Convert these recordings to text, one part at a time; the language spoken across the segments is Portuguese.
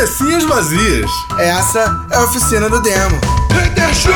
Cabecinhas vazias. Essa é a oficina do Demo. Hater Show!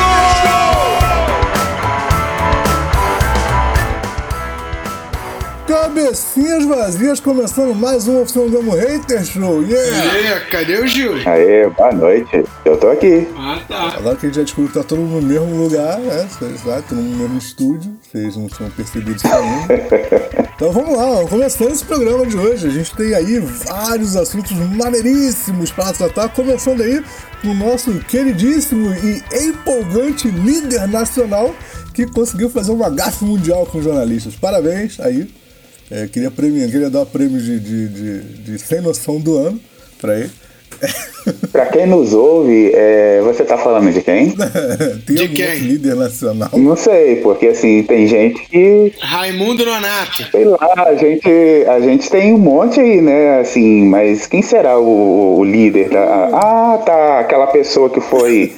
Cabecinhas vazias, começando mais uma oficina do Demo Hater Show. Yeah! Cadê o Gil? Aê, boa noite. Eu tô aqui. Ah, tá. Agora que a gente já descobriu que tá todo mundo no mesmo lugar, né? Todo mundo no mesmo estúdio. Vocês não tinham percebido isso ainda. Então vamos lá, vamos começando esse programa de hoje. A gente tem aí vários assuntos maneiríssimos para tratar. Começando aí com o nosso queridíssimo e empolgante líder nacional que conseguiu fazer uma gafe mundial com os jornalistas. Parabéns aí. Queria dar o prêmio de sem noção do ano pra ele. Pra quem nos ouve, você tá falando de quem? Tem De algum quem? outro líder nacional? Não sei, porque assim, tem gente que, Raimundo Nonato. sei lá, a gente tem um monte aí, né, assim, mas quem será o líder da... Ah, tá, aquela pessoa que foi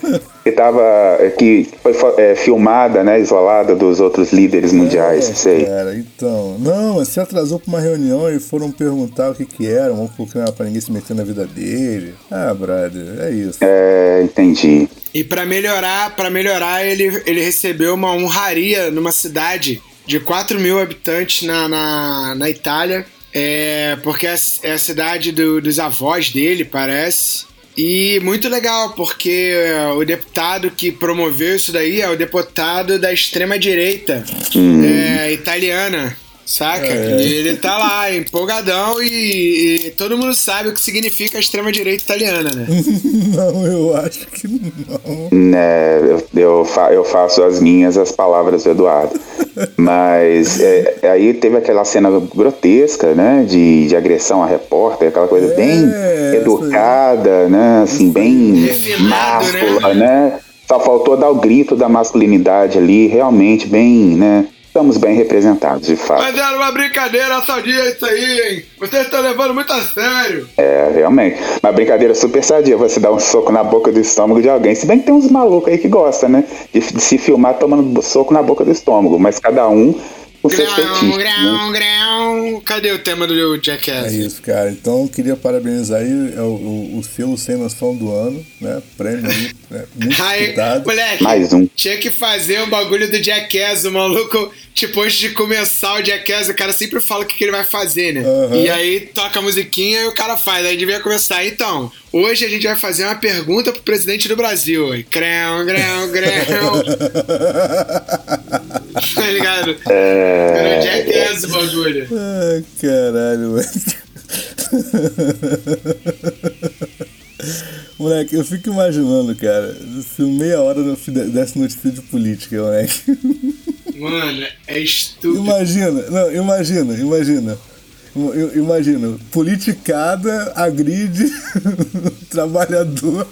filmada, né, isolada dos outros líderes mundiais, sei. Cara, então... Não, você atrasou pra uma reunião e foram perguntar o que era, porque não era pra ninguém se meter na vida dele. Ah, brother, é isso. Entendi. E pra melhorar, ele recebeu uma honraria numa cidade de 4 mil habitantes na Itália. Porque é a cidade dos avós dele, parece. E muito legal, porque o deputado que promoveu isso daí é o deputado da extrema-direita italiana, saca? E ele tá lá, empolgadão, e todo mundo sabe o que significa a extrema-direita italiana, né? Não, eu acho que não. Eu faço as palavras do Eduardo. Mas aí teve aquela cena grotesca, né, de agressão a repórter, aquela coisa bem educada, né, assim, bem máscula, né? Só faltou dar o grito da masculinidade ali, realmente bem, né? Estamos bem representados, de fato. Mas era uma brincadeira sadia isso aí, hein? Vocês estão levando muito a sério. Realmente. Uma brincadeira super sadia, você dar um soco na boca do estômago de alguém. Se bem que tem uns malucos aí que gostam, né? De se filmar tomando soco na boca do estômago. Mas cada um com seus fetiches, né? Cadê o tema do Jackass? É isso, cara. Então, queria parabenizar aí o selo sem noção do ano, né? Prêmio aí, né? Muito disputado. Moleque, Mais um. Tinha que fazer o bagulho do Jackass, o maluco, tipo, antes de começar o Jackass, o cara sempre fala o que ele vai fazer, né? Uhum. E aí toca a musiquinha e o cara faz, aí devia começar. Então, hoje a gente vai fazer uma pergunta pro presidente do Brasil. Crão. Tá ligado? Era o Jackass o bagulho. Ai, caralho, velho. Moleque, eu fico imaginando, cara, se meia hora desse notícia de política, moleque. Mano, é estúpido. Imagina, politicada agride trabalhador.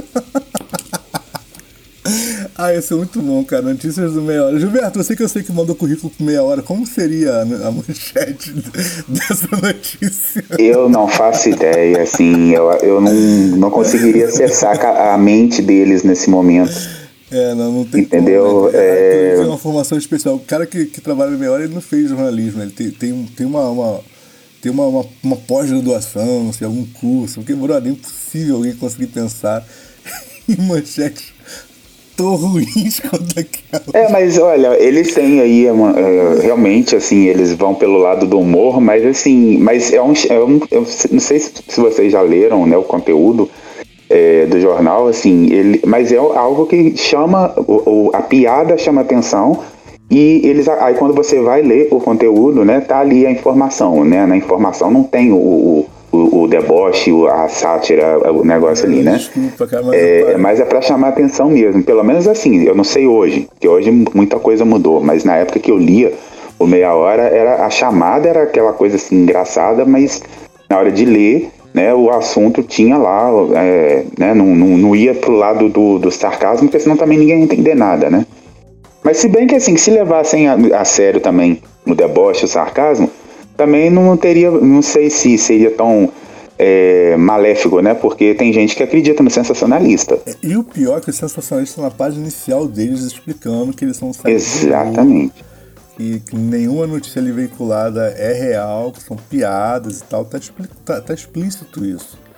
Ia ser muito bom, cara. Notícias do meia hora. Gilberto, eu sei que mandou currículo por meia hora. Como seria a manchete dessa notícia? Eu não faço ideia, assim, eu não conseguiria acessar a mente deles nesse momento. Não tem. Entendeu? Como, né? Tem uma formação especial. O cara que trabalha meia hora, ele não fez jornalismo. Ele tem uma pós-graduação, não sei, algum curso. Porque, brother, é impossível alguém conseguir pensar em manchetes tão ruins quanto aquela. Mas olha, eles têm aí realmente, assim, eles vão pelo lado do humor, mas assim, eu não sei se vocês já leram, né, o conteúdo do jornal, assim, mas é algo que chama, a piada chama atenção, e aí quando você vai ler o conteúdo, né, tá ali a informação, né, na informação não tem o deboche, a sátira, o negócio ali, né? Desculpa, cara, mas é pra chamar atenção mesmo. Pelo menos assim, eu não sei hoje, porque hoje muita coisa mudou, mas na época que eu lia o meia hora, a chamada era aquela coisa assim engraçada, mas na hora de ler, né, o assunto tinha lá, né, não ia pro lado do sarcasmo, porque senão também ninguém ia entender nada, né? Mas se bem que assim, se levassem a sério também o deboche, o sarcasmo, também não sei se seria tão maléfico, né? Porque tem gente que acredita no sensacionalista. E o pior é que o sensacionalista na página inicial deles explicando que eles são exatamente. E que nenhuma notícia ali veiculada é real, que são piadas e tal, tá explícito isso.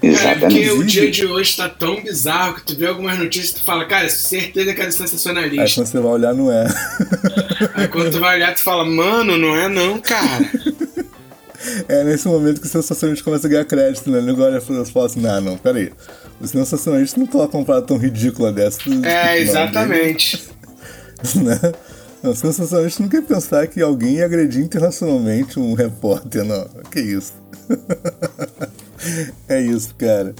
É porque Exatamente. o dia de hoje tá tão bizarro que tu vê algumas notícias e tu fala, cara, certeza que era Aí sensacionalista. quando você vai olhar, não é. Aí quando tu vai olhar, tu fala, mano, não é não, cara. É nesse momento que o sensacionalista começa a ganhar crédito, né? Ele olha e fala assim, não, peraí. O sensacionalista não coloca uma parada tão ridícula dessa. É, exatamente. Né? O sensacionalista não quer pensar que alguém ia agredir internacionalmente um repórter, não. Que isso? É isso, cara.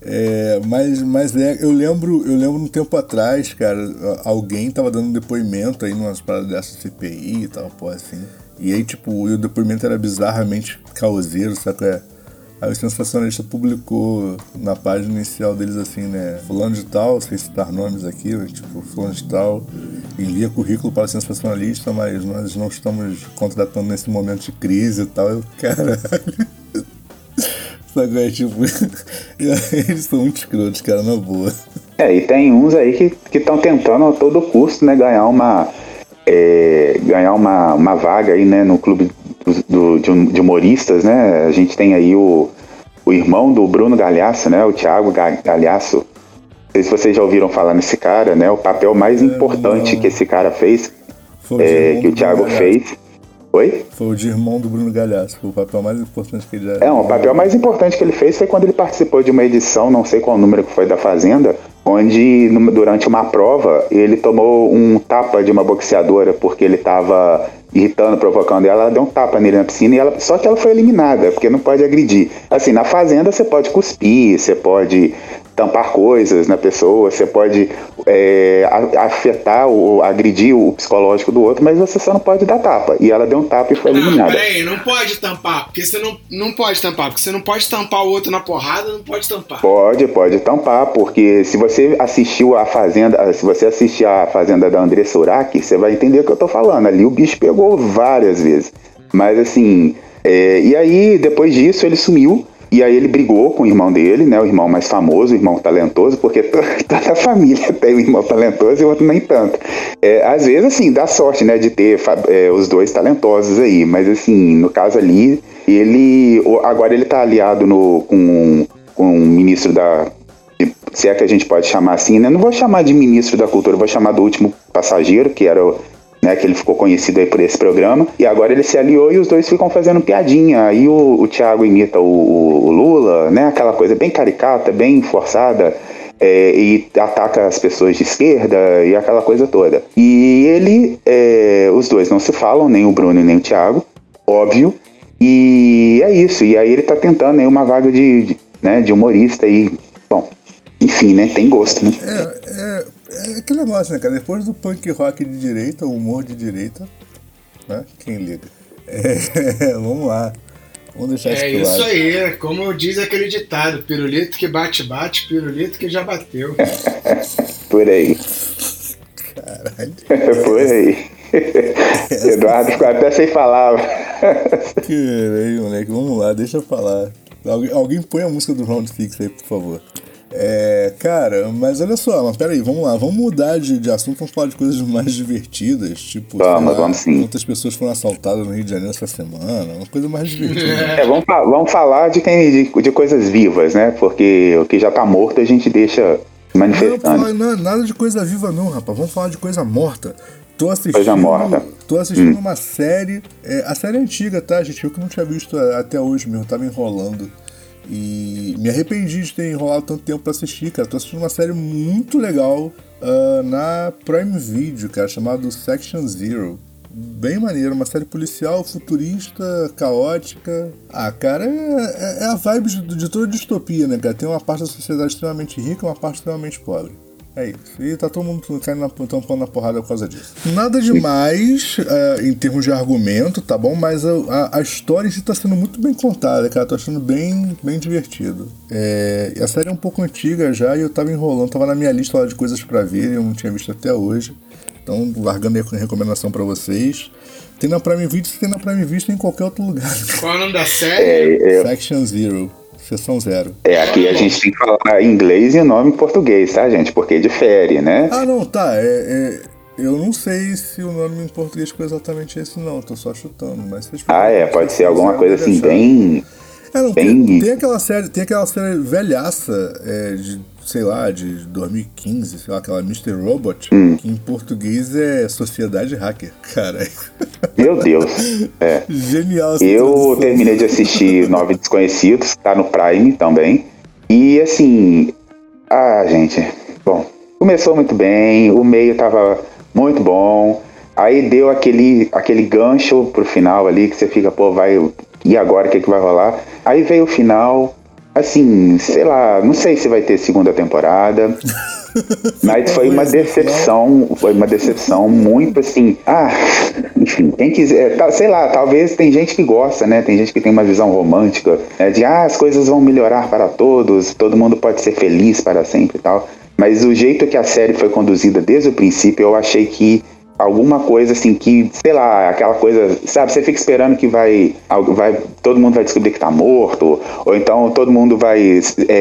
Eu lembro um tempo atrás, cara, alguém tava dando um depoimento aí numas paradas dessa CPI e tal, pô, assim. E aí, tipo, o depoimento era bizarramente causeiro, sabe? Aí o sensacionalista publicou na página inicial deles assim, né? Fulano de tal, sem citar nomes aqui, né? Tipo, fulano de tal, envia currículo para o sensacionalista, mas nós não estamos contratando nesse momento de crise e tal. Caralho. Sabe, tipo, eles são muito escrotos, cara, na boa. E tem uns aí que estão tentando a todo custo, né, ganhar uma vaga aí, né, no clube de humoristas, né? A gente tem aí o irmão do Bruno Galhaço, né, o Thiago Galhaço. Não sei se vocês já ouviram falar nesse cara, né? O papel mais importante que esse cara fez, que o Thiago fez. Oi? Foi o de irmão do Bruno Galhaço, foi o papel mais importante que ele já... O papel mais importante que ele fez foi quando ele participou de uma edição, não sei qual número que foi da Fazenda, onde durante uma prova ele tomou um tapa de uma boxeadora porque ele estava irritando, provocando ela deu um tapa nele na piscina, só que ela foi eliminada, porque não pode agredir. Assim, na Fazenda você pode cuspir, você pode tampar coisas na pessoa, você pode afetar ou agredir o psicológico do outro, mas você só não pode dar tapa. E ela deu um tapa e foi eliminada. Peraí, não pode tampar, porque você não pode tampar, porque você não pode tampar o outro na porrada, não pode tampar. Pode tampar, porque se você assistiu a Fazenda, se você assistir a Fazenda da Andressa Urach, você vai entender o que eu tô falando. Ali o bicho pegou várias vezes. Mas assim, e aí depois disso ele sumiu. E aí ele brigou com o irmão dele, né? O irmão mais famoso, o irmão talentoso, porque toda a família tem um irmão talentoso e o outro nem tanto. Às vezes, assim, dá sorte, né? De ter os dois talentosos aí. Mas, assim, no caso ali, agora ele tá aliado com o ministro se é que a gente pode chamar assim, né? Não vou chamar de ministro da cultura, vou chamar do Último Passageiro, que era né, que ele ficou conhecido aí por esse programa, e agora ele se aliou e os dois ficam fazendo piadinha. Aí o Thiago imita o Lula, né, aquela coisa bem caricata, bem forçada, e ataca as pessoas de esquerda e aquela coisa toda. E os dois não se falam, nem o Bruno nem o Thiago, óbvio, e é isso. E aí ele tá tentando aí uma vaga de humorista e, bom, enfim, né, tem gosto, né? É aquele negócio, né, cara? Depois do punk rock de direita, o humor de direita, né? Quem liga? Vamos lá. Vamos deixar isso claro. Isso aí, como diz aquele ditado, pirulito que bate, pirulito que já bateu. Por aí. Caralho. Por aí. Eduardo ficou até sem palavra. Caralho, moleque, vamos lá, deixa eu falar. Alguém põe a música do Round Six aí, por favor. Cara, mas olha só, mas peraí, vamos lá, vamos mudar de assunto, vamos falar de coisas mais divertidas, tipo, vamos sim. Quantas pessoas foram assaltadas no Rio de Janeiro essa semana, uma coisa mais divertida. Vamos falar de coisas vivas, né, porque o que já tá morto a gente deixa manifestando. Não, nada de coisa viva não, rapaz, vamos falar de coisa morta. Tô assistindo uma série, a série é antiga, tá, gente, eu que não tinha visto até hoje mesmo, tava enrolando. E me arrependi de ter enrolado tanto tempo pra assistir, cara. Tô assistindo uma série muito legal na Prime Video, cara, chamada Section Zero. Bem maneiro, uma série policial, futurista, caótica. Cara, é a vibe de toda distopia, né, cara? Tem uma parte da sociedade extremamente rica e uma parte extremamente pobre. É isso. E tá todo mundo caindo tampando na porrada por causa disso. Nada demais em termos de argumento, tá bom? Mas a história em si tá sendo muito bem contada, cara. Tô achando bem divertido. E a série é um pouco antiga já e eu tava enrolando. Tava na minha lista lá de coisas pra ver e eu não tinha visto até hoje. Então, largando aí a recomendação pra vocês. Tem na Prime Video, se tem na Prime Video, tem em qualquer outro lugar. Qual é o nome da série? Section Zero. Seção 0. Aqui a gente tem que falar inglês e o nome em português, tá, gente? Porque difere, né? Ah, não, tá. Eu não sei se o nome em português foi exatamente esse, não. Tô só chutando, mas... Pode ser alguma coisa assim, bem... Tem aquela série velhaça, de, sei lá, de 2015, sei lá, aquela Mr. Robot, que em português é Sociedade Hacker, cara. Meu Deus. Genial essa Eu tradução. terminei de assistir Nove Desconhecidos, tá no Prime também. E assim, gente, bom, começou muito bem, o meio tava muito bom, aí deu aquele gancho pro final ali, que você fica, pô, e agora o que vai rolar? Aí veio o final, assim, sei lá, não sei se vai ter segunda temporada, mas foi uma decepção muito assim, enfim, quem quiser, sei lá, talvez tem gente que gosta, né, tem gente que tem uma visão romântica, né, de as coisas vão melhorar para todos, todo mundo pode ser feliz para sempre e tal, mas o jeito que a série foi conduzida desde o princípio, eu achei que alguma coisa assim que, sei lá, aquela coisa, sabe, você fica esperando que todo mundo vai descobrir que tá morto, ou então todo mundo vai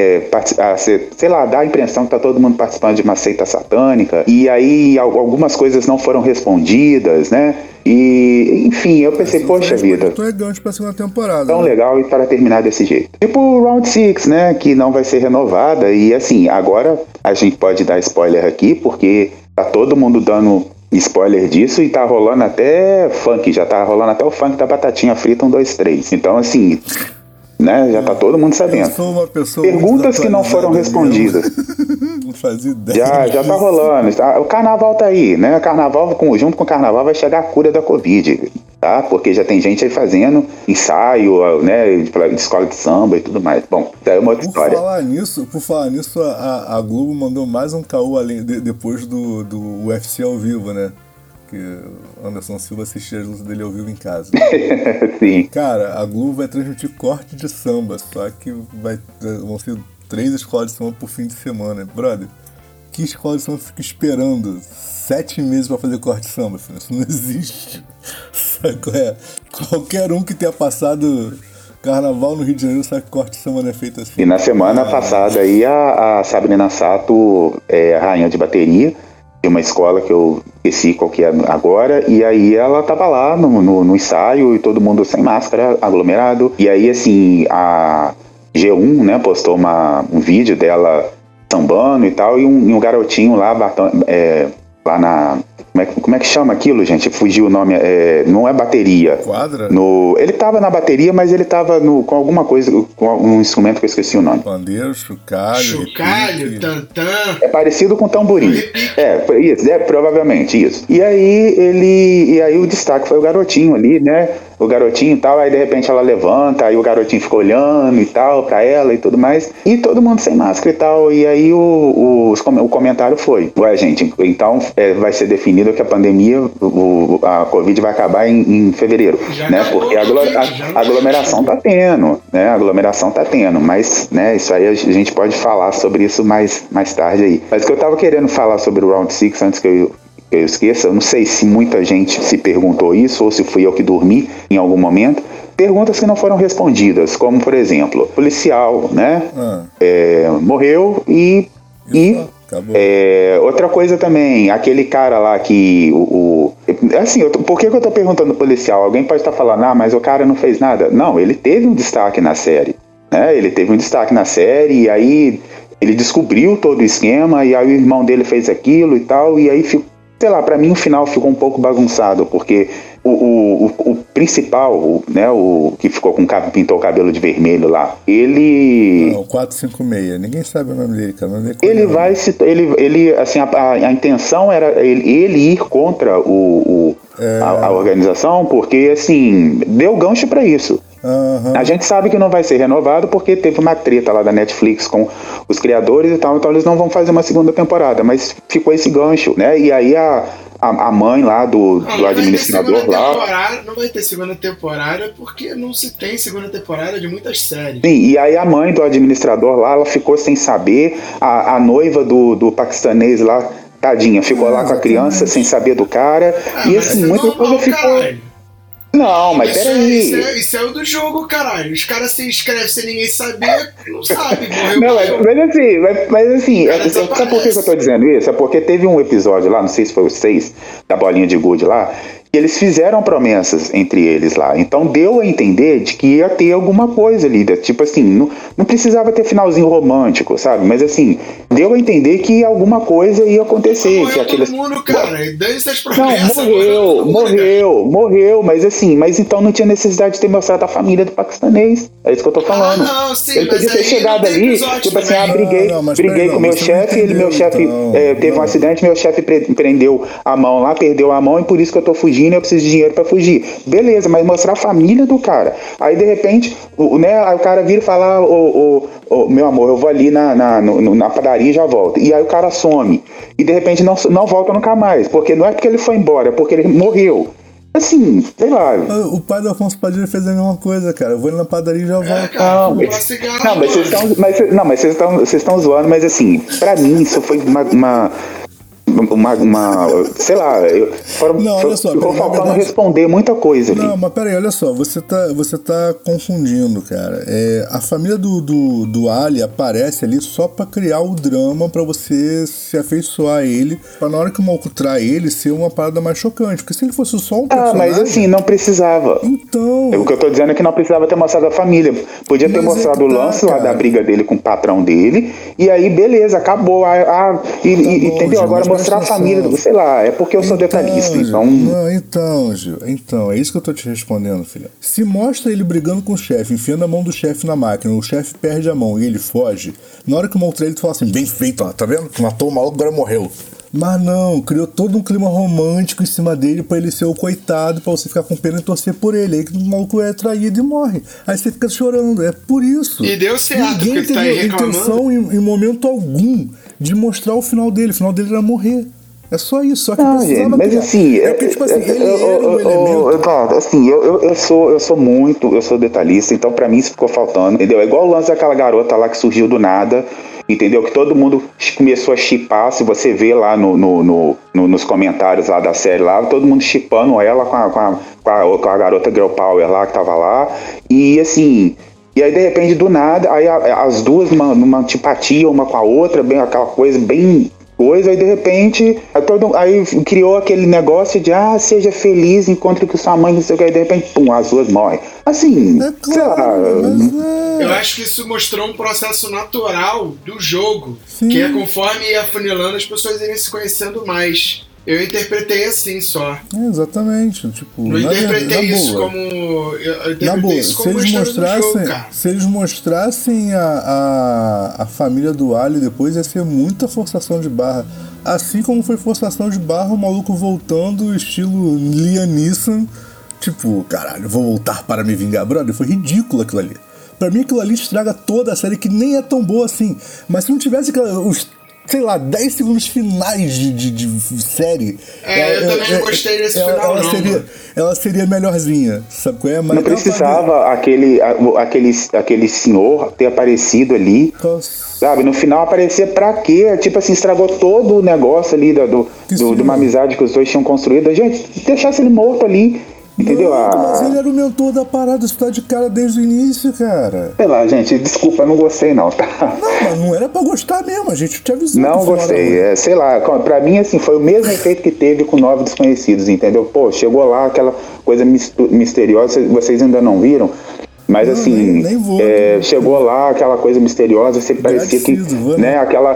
sei lá, dá a impressão que tá todo mundo participando de uma seita satânica, e aí algumas coisas não foram respondidas, né, e enfim, eu pensei, poxa vida, Tu é gancho pra segunda temporada, tão né? legal e para terminar desse jeito. Tipo o Round 6, né, que não vai ser renovada, e assim, agora a gente pode dar spoiler aqui, porque tá todo mundo dando spoiler disso e tá rolando até funk, já tá rolando até o funk da Batatinha Frita 1, 2, 3. Então, assim, né, já tá todo mundo Eu sabendo. sou uma pessoa Perguntas que não foram desatualizada respondidas. mesmo. Não fazia ideia. Já tá rolando. O carnaval tá aí, né? Junto com o carnaval vai chegar a cura da Covid, tá? Porque já tem gente aí fazendo ensaio, né? De escola de samba e tudo mais. Bom, daí é uma outra história. Por falar nisso, a Globo mandou mais um caô depois do UFC ao vivo, né? Que o Anderson Silva assistia as lutas dele ao vivo em casa. Sim. Cara, a Globo vai transmitir corte de samba, só que vão ser 3 escolas de samba por fim de semana. Brother, que escola de samba fica esperando 7 meses pra fazer corte de samba, filho? Isso não existe. Sabe qual é? Qualquer um que tenha passado carnaval no Rio de Janeiro sabe que corte de samba não é feito assim. E na semana passada aí a Sabrina Sato é rainha de bateria de uma escola que eu esqueci qual que é agora, e aí ela tava lá no ensaio e todo mundo sem máscara, aglomerado, e aí assim, a G1, né, postou um vídeo dela sambando e tal, e um garotinho lá, lá na... Como é que chama aquilo, gente? Fugiu o nome. Não é bateria. Quadra? Ele tava na bateria, mas ele tava com alguma coisa, com um instrumento que eu esqueci o nome. Pandeiro, chocalho, tantã. É parecido com tamborim. Provavelmente isso. E aí o destaque foi o garotinho ali, né? O garotinho e tal, aí de repente ela levanta, aí o garotinho fica olhando e tal pra ela e tudo mais, e todo mundo sem máscara e tal, e aí o comentário foi, ué gente, então vai ser definido que a pandemia, a Covid vai acabar em fevereiro, Já né, acabou, porque a aglomeração tá tendo, né, a aglomeração tá tendo, mas, né, isso aí a gente pode falar sobre isso mais tarde aí. Mas o que eu tava querendo falar sobre o Round 6, antes que eu esqueça, eu não sei se muita gente se perguntou isso ou se fui eu que dormi em algum momento. Perguntas que não foram respondidas, como por exemplo, policial, né? Morreu e acabou. outra coisa também, aquele cara lá que assim, por que eu tô perguntando policial? Alguém pode estar falando, mas o cara não fez nada. Não, ele teve um destaque na série, né? Ele teve um destaque na série e aí ele descobriu todo o esquema e aí o irmão dele fez aquilo e tal, e aí ficou, sei lá, pra mim o final ficou um pouco bagunçado, porque o principal, né, o que pintou o cabelo de vermelho lá, ele... O 456, ninguém sabe o nome dele, cara. Ele assim, a intenção era ele ir contra a organização, porque, assim, deu gancho pra isso. Uhum. A gente sabe que não vai ser renovado porque teve uma treta lá da Netflix com os criadores e tal, então eles não vão fazer uma segunda temporada, mas ficou esse gancho, né? E aí a mãe lá do administrador lá... Não vai ter segunda temporada porque não se tem segunda temporada de muitas séries. Sim, e aí a mãe do administrador lá, ela ficou sem saber, a noiva do paquistanês lá, tadinha, ficou lá com a criança sem saber do cara, e assim, muita coisa ficou... Caralho. Não, mas peraí. Isso é o do jogo, caralho. Os caras se inscrevem sem ninguém saber, não sabe. Não, mas assim, sabe por que eu tô dizendo isso? É porque teve um episódio lá, não sei se foi o 6, da bolinha de gude lá, E eles fizeram promessas entre eles lá. Então deu a entender de que ia ter alguma coisa ali. Tipo assim, não precisava ter finalzinho romântico, sabe? Mas assim, deu a entender que alguma coisa ia acontecer. Morreu que aqueles... todo mundo, cara. E dane essas Não, promessas. morreu, mas assim, mas então não tinha necessidade de ter mostrado a família do paquistanês. É isso que eu tô falando. Não, sim, ele podia mas ter aí chegado não tem ali, episódio tipo assim, também. briguei com o meu chefe, teve um acidente, meu chefe prendeu a mão lá, perdeu a mão e por isso que eu tô fugindo, eu preciso de dinheiro pra fugir. Beleza, mas mostrar a família do cara. Aí de repente, aí o cara vira e fala, meu amor, eu vou ali na padaria e já volto. E aí o cara some. E de repente não volta nunca mais. Porque não é porque ele foi embora, é porque ele morreu. Assim, sei lá. O pai do Afonso Padilha fez a mesma coisa, cara. Eu vou ali na padaria e já volto. Mas vocês estão zoando, mas assim, pra mim isso foi uma sei lá, ficou faltando responder muita coisa ali. Não, mas peraí, olha só, você tá confundindo, cara. A família do Ali aparece ali só pra criar o drama, pra você se afeiçoar a ele, pra na hora que o maluco trai ele ser uma parada mais chocante, porque se ele fosse só um personagem... mas assim, não precisava. Então... O que eu tô dizendo é que não precisava ter mostrado a família. Podia ter mostrado o lance lá da briga dele com o patrão dele, e aí beleza, acabou. Entendeu? Agora mostrar a família, sei lá, é porque eu sou detalhista, então... Não, Gil, é isso que eu tô te respondendo, filha. Se mostra ele brigando com o chefe, enfiando a mão do chefe na máquina, o chefe perde a mão e ele foge, na hora que mostra ele, tu fala assim, bem feito, ó, tá vendo? Tu matou o maluco, agora morreu. Mas não, criou todo um clima romântico em cima dele pra ele ser o coitado, pra você ficar com pena e torcer por ele. Aí que o maluco é traído e morre. Aí você fica chorando, é por isso. E deu certo, ninguém porque tu tá aí teve intenção em momento algum de mostrar o final dele. O final dele era morrer. É só isso, só que precisava mas criar. assim, porque, tipo assim, ele era um elemento... assim, eu sou detalhista, então pra mim isso ficou faltando, entendeu? É igual o lance daquela garota lá que surgiu do nada, entendeu? Que todo mundo começou a shippar, se você vê lá nos comentários lá da série lá, todo mundo shippando ela com a garota Girl Power lá que tava lá, e assim... E aí, de repente, do nada, aí as duas numa antipatia uma com a outra, bem aquela coisa bem... aí de repente aí criou aquele negócio de seja feliz, encontre com sua mãe, não sei o que, aí de repente, pum, as duas morrem. Assim, sei lá. Eu acho que isso mostrou um processo natural do jogo, Sim. que é conforme ia afunilando, as pessoas iriam se conhecendo mais. Eu interpretei assim só. Exatamente. Tipo, não interpretei isso como. Eu interpretei isso como uma história do jogo, cara. Se eles mostrassem a família do Ali depois, ia ser muita forçação de barra. Assim como foi forçação de barra, o maluco voltando, estilo Liam Neeson. Tipo, caralho, vou voltar para me vingar, brother. Foi ridículo aquilo ali. Pra mim, aquilo ali estraga toda a série, que nem é tão boa assim. Mas se não tivesse os 10 segundos finais de série. Eu também não gostei desse final, não. Ela seria melhorzinha, sabe qual é? Mas não precisava aquele senhor ter aparecido ali. Nossa. Sabe, no final aparecer pra quê? Tipo assim, estragou todo o negócio ali de uma amizade que os dois tinham construído. Gente, deixasse ele morto ali. Entendeu? Mas ele era o mentor da parada, isso tá de cara desde o início, cara. Sei lá, gente, desculpa, eu não gostei não, tá? Não, mas não era pra gostar mesmo, a gente te avisou. Não gostei, sei lá, pra mim assim, foi o mesmo efeito que teve com Nove Desconhecidos, entendeu? Pô, chegou lá aquela coisa misteriosa, vocês ainda não viram? Mas não, assim, nem vou, chegou lá aquela coisa misteriosa, você parecia que, né,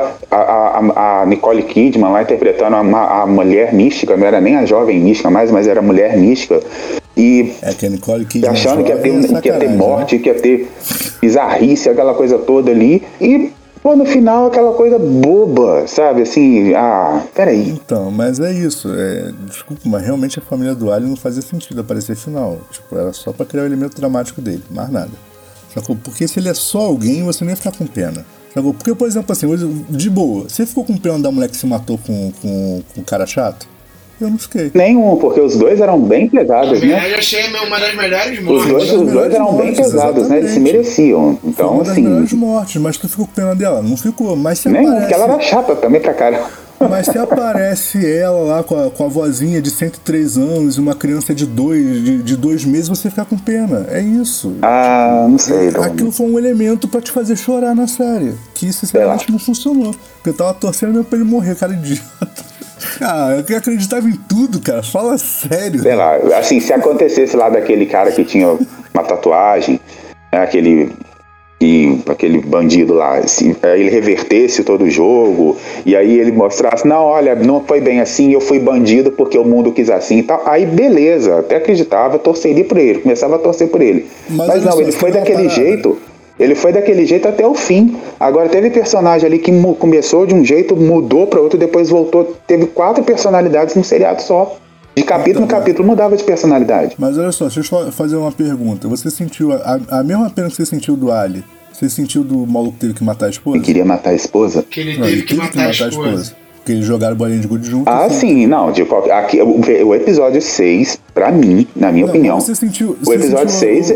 a Nicole Kidman lá interpretando a mulher mística, não era nem a jovem mística mais, mas era a mulher mística. E que a Nicole Kidman achando que ia ter morte, que ia ter bizarrice, aquela coisa toda ali. E pô, no final aquela coisa boba, sabe? Assim, peraí. Então, mas é isso. Desculpa, mas realmente a família do Ali não fazia sentido aparecer final. Tipo, era só pra criar o elemento dramático dele, mais nada. Sacou? Porque se ele é só alguém, você nem ia ficar com pena. Sacou? Porque, por exemplo, assim, de boa, você ficou com pena da mulher que se matou com um cara chato? Eu não fiquei. Nenhum, porque os dois eram bem pesados, né? Eu achei uma das melhores mortes. Os dois eram bem pesados, né? Eles se mereciam. Então, uma das melhores mortes, mas tu ficou com pena dela? Não ficou, mas se aparece... porque ela era chata também pra caramba. Mas se aparece ela lá com a vozinha de 103 anos e uma criança de 2 meses, você fica com pena. É isso. Não sei. Aquilo foi um elemento pra te fazer chorar na série. Que sinceramente não funcionou. Porque eu tava torcendo mesmo pra ele morrer, cara idiota. Ah, eu acreditava em tudo, cara. Fala sério. Sei lá, assim, se acontecesse lá daquele cara que tinha uma tatuagem, né, aquele bandido lá, se ele revertesse todo o jogo, e aí ele mostrasse, não, olha, não foi bem assim, eu fui bandido porque o mundo quis assim e tal, aí beleza, até acreditava, torceria por ele, começava a torcer por ele. Mas não, ele foi daquele jeito. Ele foi daquele jeito até o fim. Agora teve personagem ali que começou de um jeito, mudou para outro, depois voltou. Teve 4 personalidades num seriado só. De capítulo em capítulo mudava de personalidade. Mas olha só, deixa eu fazer uma pergunta. Você sentiu a mesma pena que você sentiu do Ali? Você sentiu do maluco que teve que matar a esposa? Ele queria matar a esposa? Que ele teve que matar a esposa. Porque eles jogaram bolinha de gude junto. Ah, sim, não. Aqui, o episódio 6, pra mim, na minha opinião. Você sentiu, o episódio 6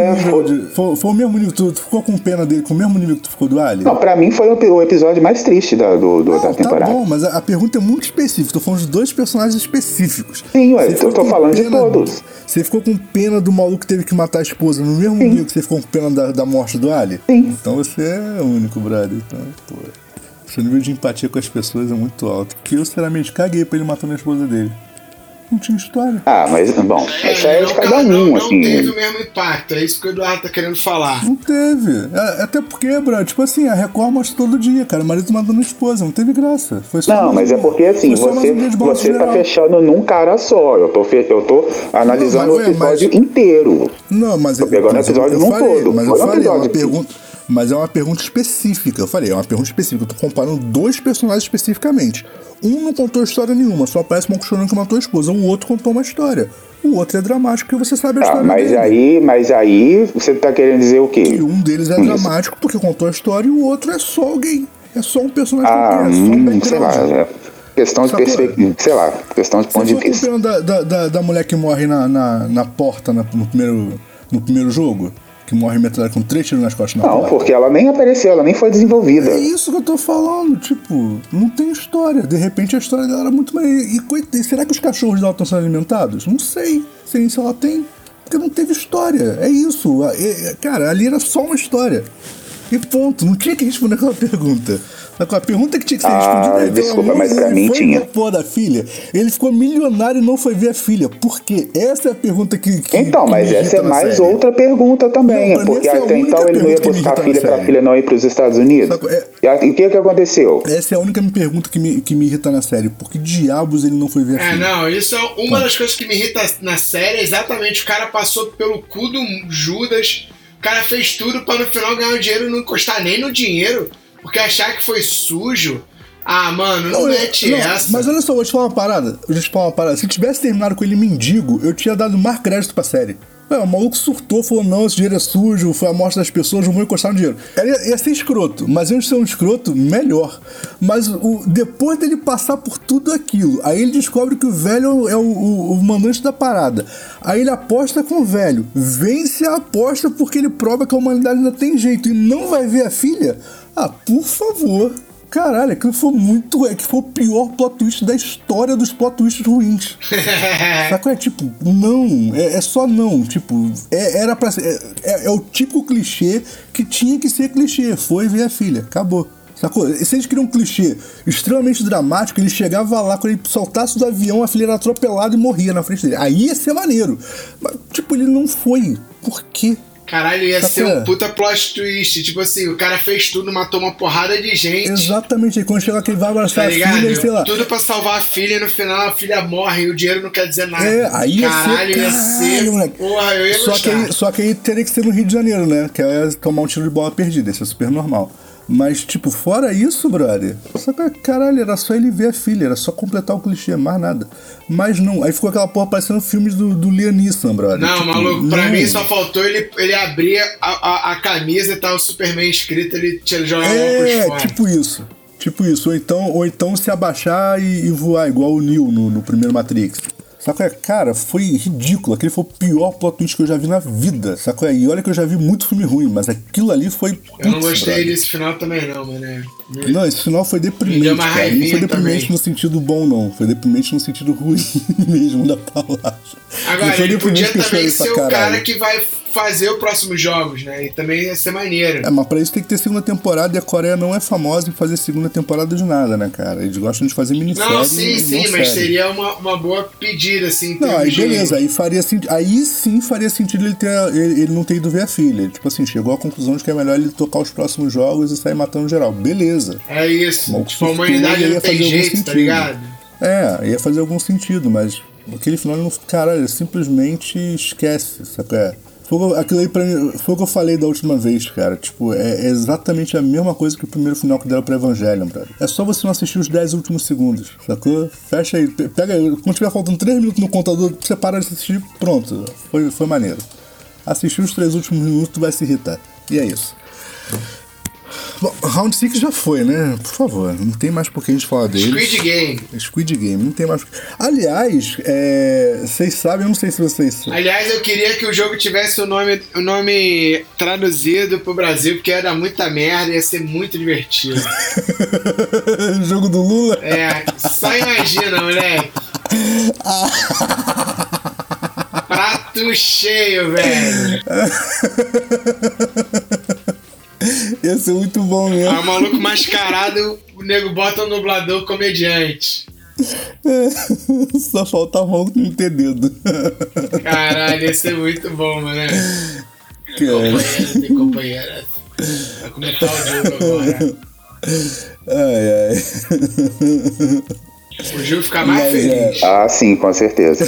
foi o mesmo nível. Tu ficou com pena dele com o mesmo nível que tu ficou do Ali? Não, pra mim foi o episódio mais triste da temporada. Tá bom, mas a pergunta é muito específica. Tô falando de 2 personagens específicos. Sim, ué, eu tô falando de todos. Você ficou com pena do maluco que teve que matar a esposa no mesmo nível que você ficou com pena da morte do Ali? Sim. Então você é o único, brother. Então, pô. Seu nível de empatia com as pessoas é muito alto. Porque eu, sinceramente, caguei pra ele matando a esposa dele. Não tinha história. Ah, mas, bom, essa é de cada um, assim. Não teve o mesmo impacto, é isso que o Eduardo tá querendo falar. Não teve. Até porque, bro, tipo assim, a Record mostra todo dia, cara. O marido matando a esposa, não teve graça. Foi só não, mas é porque, assim, você tá fechando num cara só. Eu tô analisando o episódio inteiro. Não, mas... Tô pegando o episódio num todo. Mas eu falei, é uma pergunta... Mas é uma pergunta específica. Eu falei, é uma pergunta específica. Eu tô comparando 2 personagens especificamente. Um não contou história nenhuma, só aparece uma chorando que matou a esposa. O outro contou uma história. O outro é dramático porque você sabe a história dele. Mas aí você tá querendo dizer o quê? Que um deles é dramático porque contou a história e o outro é só alguém. É só um personagem qualquer, é só um background. Sei lá, questão de perspectiva, sei lá, questão de ponto de vista. Você da mulher que morre na porta no primeiro jogo? Que morre metralhada com 3 tiros nas costas. Não, porque ela nem apareceu, ela nem foi desenvolvida. É isso que eu tô falando, tipo, não tem história. De repente a história dela era muito mais... E será que os cachorros dela estão sendo alimentados? Não sei. Sei se ela tem. Porque não teve história. É isso. Cara, ali era só uma história. E ponto. Não tinha que responder aquela pergunta. A pergunta que tinha que ser respondida é... Desculpa, mas pra mim tinha. Ele foi ver a porra da filha. Ele ficou milionário e não foi ver a filha. Por quê? Essa é a pergunta que então, que mas essa é mais outra pergunta também. Não, porque até então ele não ia buscar a filha pra filha não ir pros Estados Unidos. E o que aconteceu? Essa é a única pergunta que me irrita na série. Por que diabos ele não foi ver a filha? Não, isso é uma das coisas que me irrita na série. É exatamente, o cara passou pelo cu do Judas. O cara fez tudo pra no final ganhar o dinheiro e não encostar nem no dinheiro. Porque achar que foi sujo... Ah, mano, não mete essa. Mas olha só, vou te falar uma parada. Se tivesse terminado com ele mendigo, eu tinha dado mais crédito pra série. O maluco surtou, falou, não, esse dinheiro é sujo, foi a morte das pessoas, não vou encostar no dinheiro. Ia ser escroto, mas antes de ser um escroto, melhor. Mas depois dele passar por tudo aquilo, aí ele descobre que o velho é o mandante da parada. Aí ele aposta com o velho, vence a aposta porque ele prova que a humanidade ainda tem jeito e não vai ver a filha. Ah, por favor. Caralho, aquilo foi que foi o pior plot twist da história dos plot twists ruins. Sacou? É tipo, não, é só não. Tipo, era pra ser. É o típico clichê que tinha que ser clichê. Foi ver a filha, acabou. Sacou? Se eles queriam um clichê extremamente dramático, ele chegava lá, quando ele saltasse do avião, a filha era atropelada e morria na frente dele. Aí ia ser maneiro. Mas, tipo, ele não foi. Por quê? Caralho, ia ser um puta plot twist. Tipo assim, o cara fez tudo, matou uma porrada de gente. Exatamente. Aí quando chega que ele vai abraçar a filha, sei lá. Tudo pra salvar a filha e no final a filha morre e o dinheiro não quer dizer nada. Aí ia ser. Moleque. Porra, eu ia gostar. Só que aí teria que ser no Rio de Janeiro, né? Que é tomar um tiro de bola perdida. Isso é super normal. Mas, tipo, fora isso, brother, só que, caralho, era só ele ver a filha, era só completar o clichê, mais nada. Mas não, aí ficou aquela porra parecendo filmes do Liam Neeson, brother. Não, tipo, maluco, pra mim só faltou ele abrir a camisa e tá o Superman escrito, ele jogava óculos fora. Tipo isso, ou então se abaixar e voar, igual o Neo no primeiro Matrix. Sacou? Cara, foi ridículo. Aquele foi o pior plot twist que eu já vi na vida. Sacou? E olha que eu já vi muito filme ruim, mas aquilo ali foi... Eu não gostei desse final também não, mano. Não, esse final foi deprimente, cara. Não foi deprimente também no sentido bom, não. Foi deprimente no sentido ruim mesmo da palavra. Agora, ele podia também ser o cara que vai fazer os próximos jogos, né? E também ia ser maneiro. Mas pra isso tem que ter segunda temporada, e a Coreia não é famosa em fazer segunda temporada de nada, né, cara? Eles gostam de fazer minissérie. Não, sim, mas série. seria uma boa pedida, assim. Não, aí beleza, aí sim faria sentido ele não ter ido ver a filha. Tipo assim, chegou à conclusão de que é melhor ele tocar os próximos jogos e sair matando geral. Beleza. É isso. Mas Tipo, a humanidade não tem jeito, tá ligado? Ia fazer algum sentido, mas aquele final ele não. Caralho, simplesmente esquece, sabe? Aquilo aí pra mim, foi o que eu falei da última vez, cara. Tipo, é exatamente a mesma coisa que o primeiro final que deram pra Evangelion, brother. É só você não assistir os 10 últimos segundos, sacou? Fecha aí, pega aí. Quando tiver faltando 3 minutos no contador, você para de assistir, pronto. Foi maneiro. Assistir os 3 últimos minutos, tu vai se irritar. E é isso. Bom, Round 6 já foi, né? Por favor, não tem mais por que a gente falar dele. Squid Game, não tem mais. Aliás, vocês sabem, eu não sei se vocês sabem. Aliás, eu queria que o jogo tivesse o nome traduzido pro Brasil, porque ia dar muita merda, ia ser muito divertido. Jogo do Lula? Só imagina, moleque. Prato cheio, velho. Ia ser muito bom mesmo. O maluco mascarado, o nego bota um dublador comediante. Só falta o maluco não ter dedo. Caralho, ia ser muito bom, mano. Tem companheira. Vai começar o jogo agora. Ai. O Gil fica mais feliz. Ah, sim, com certeza.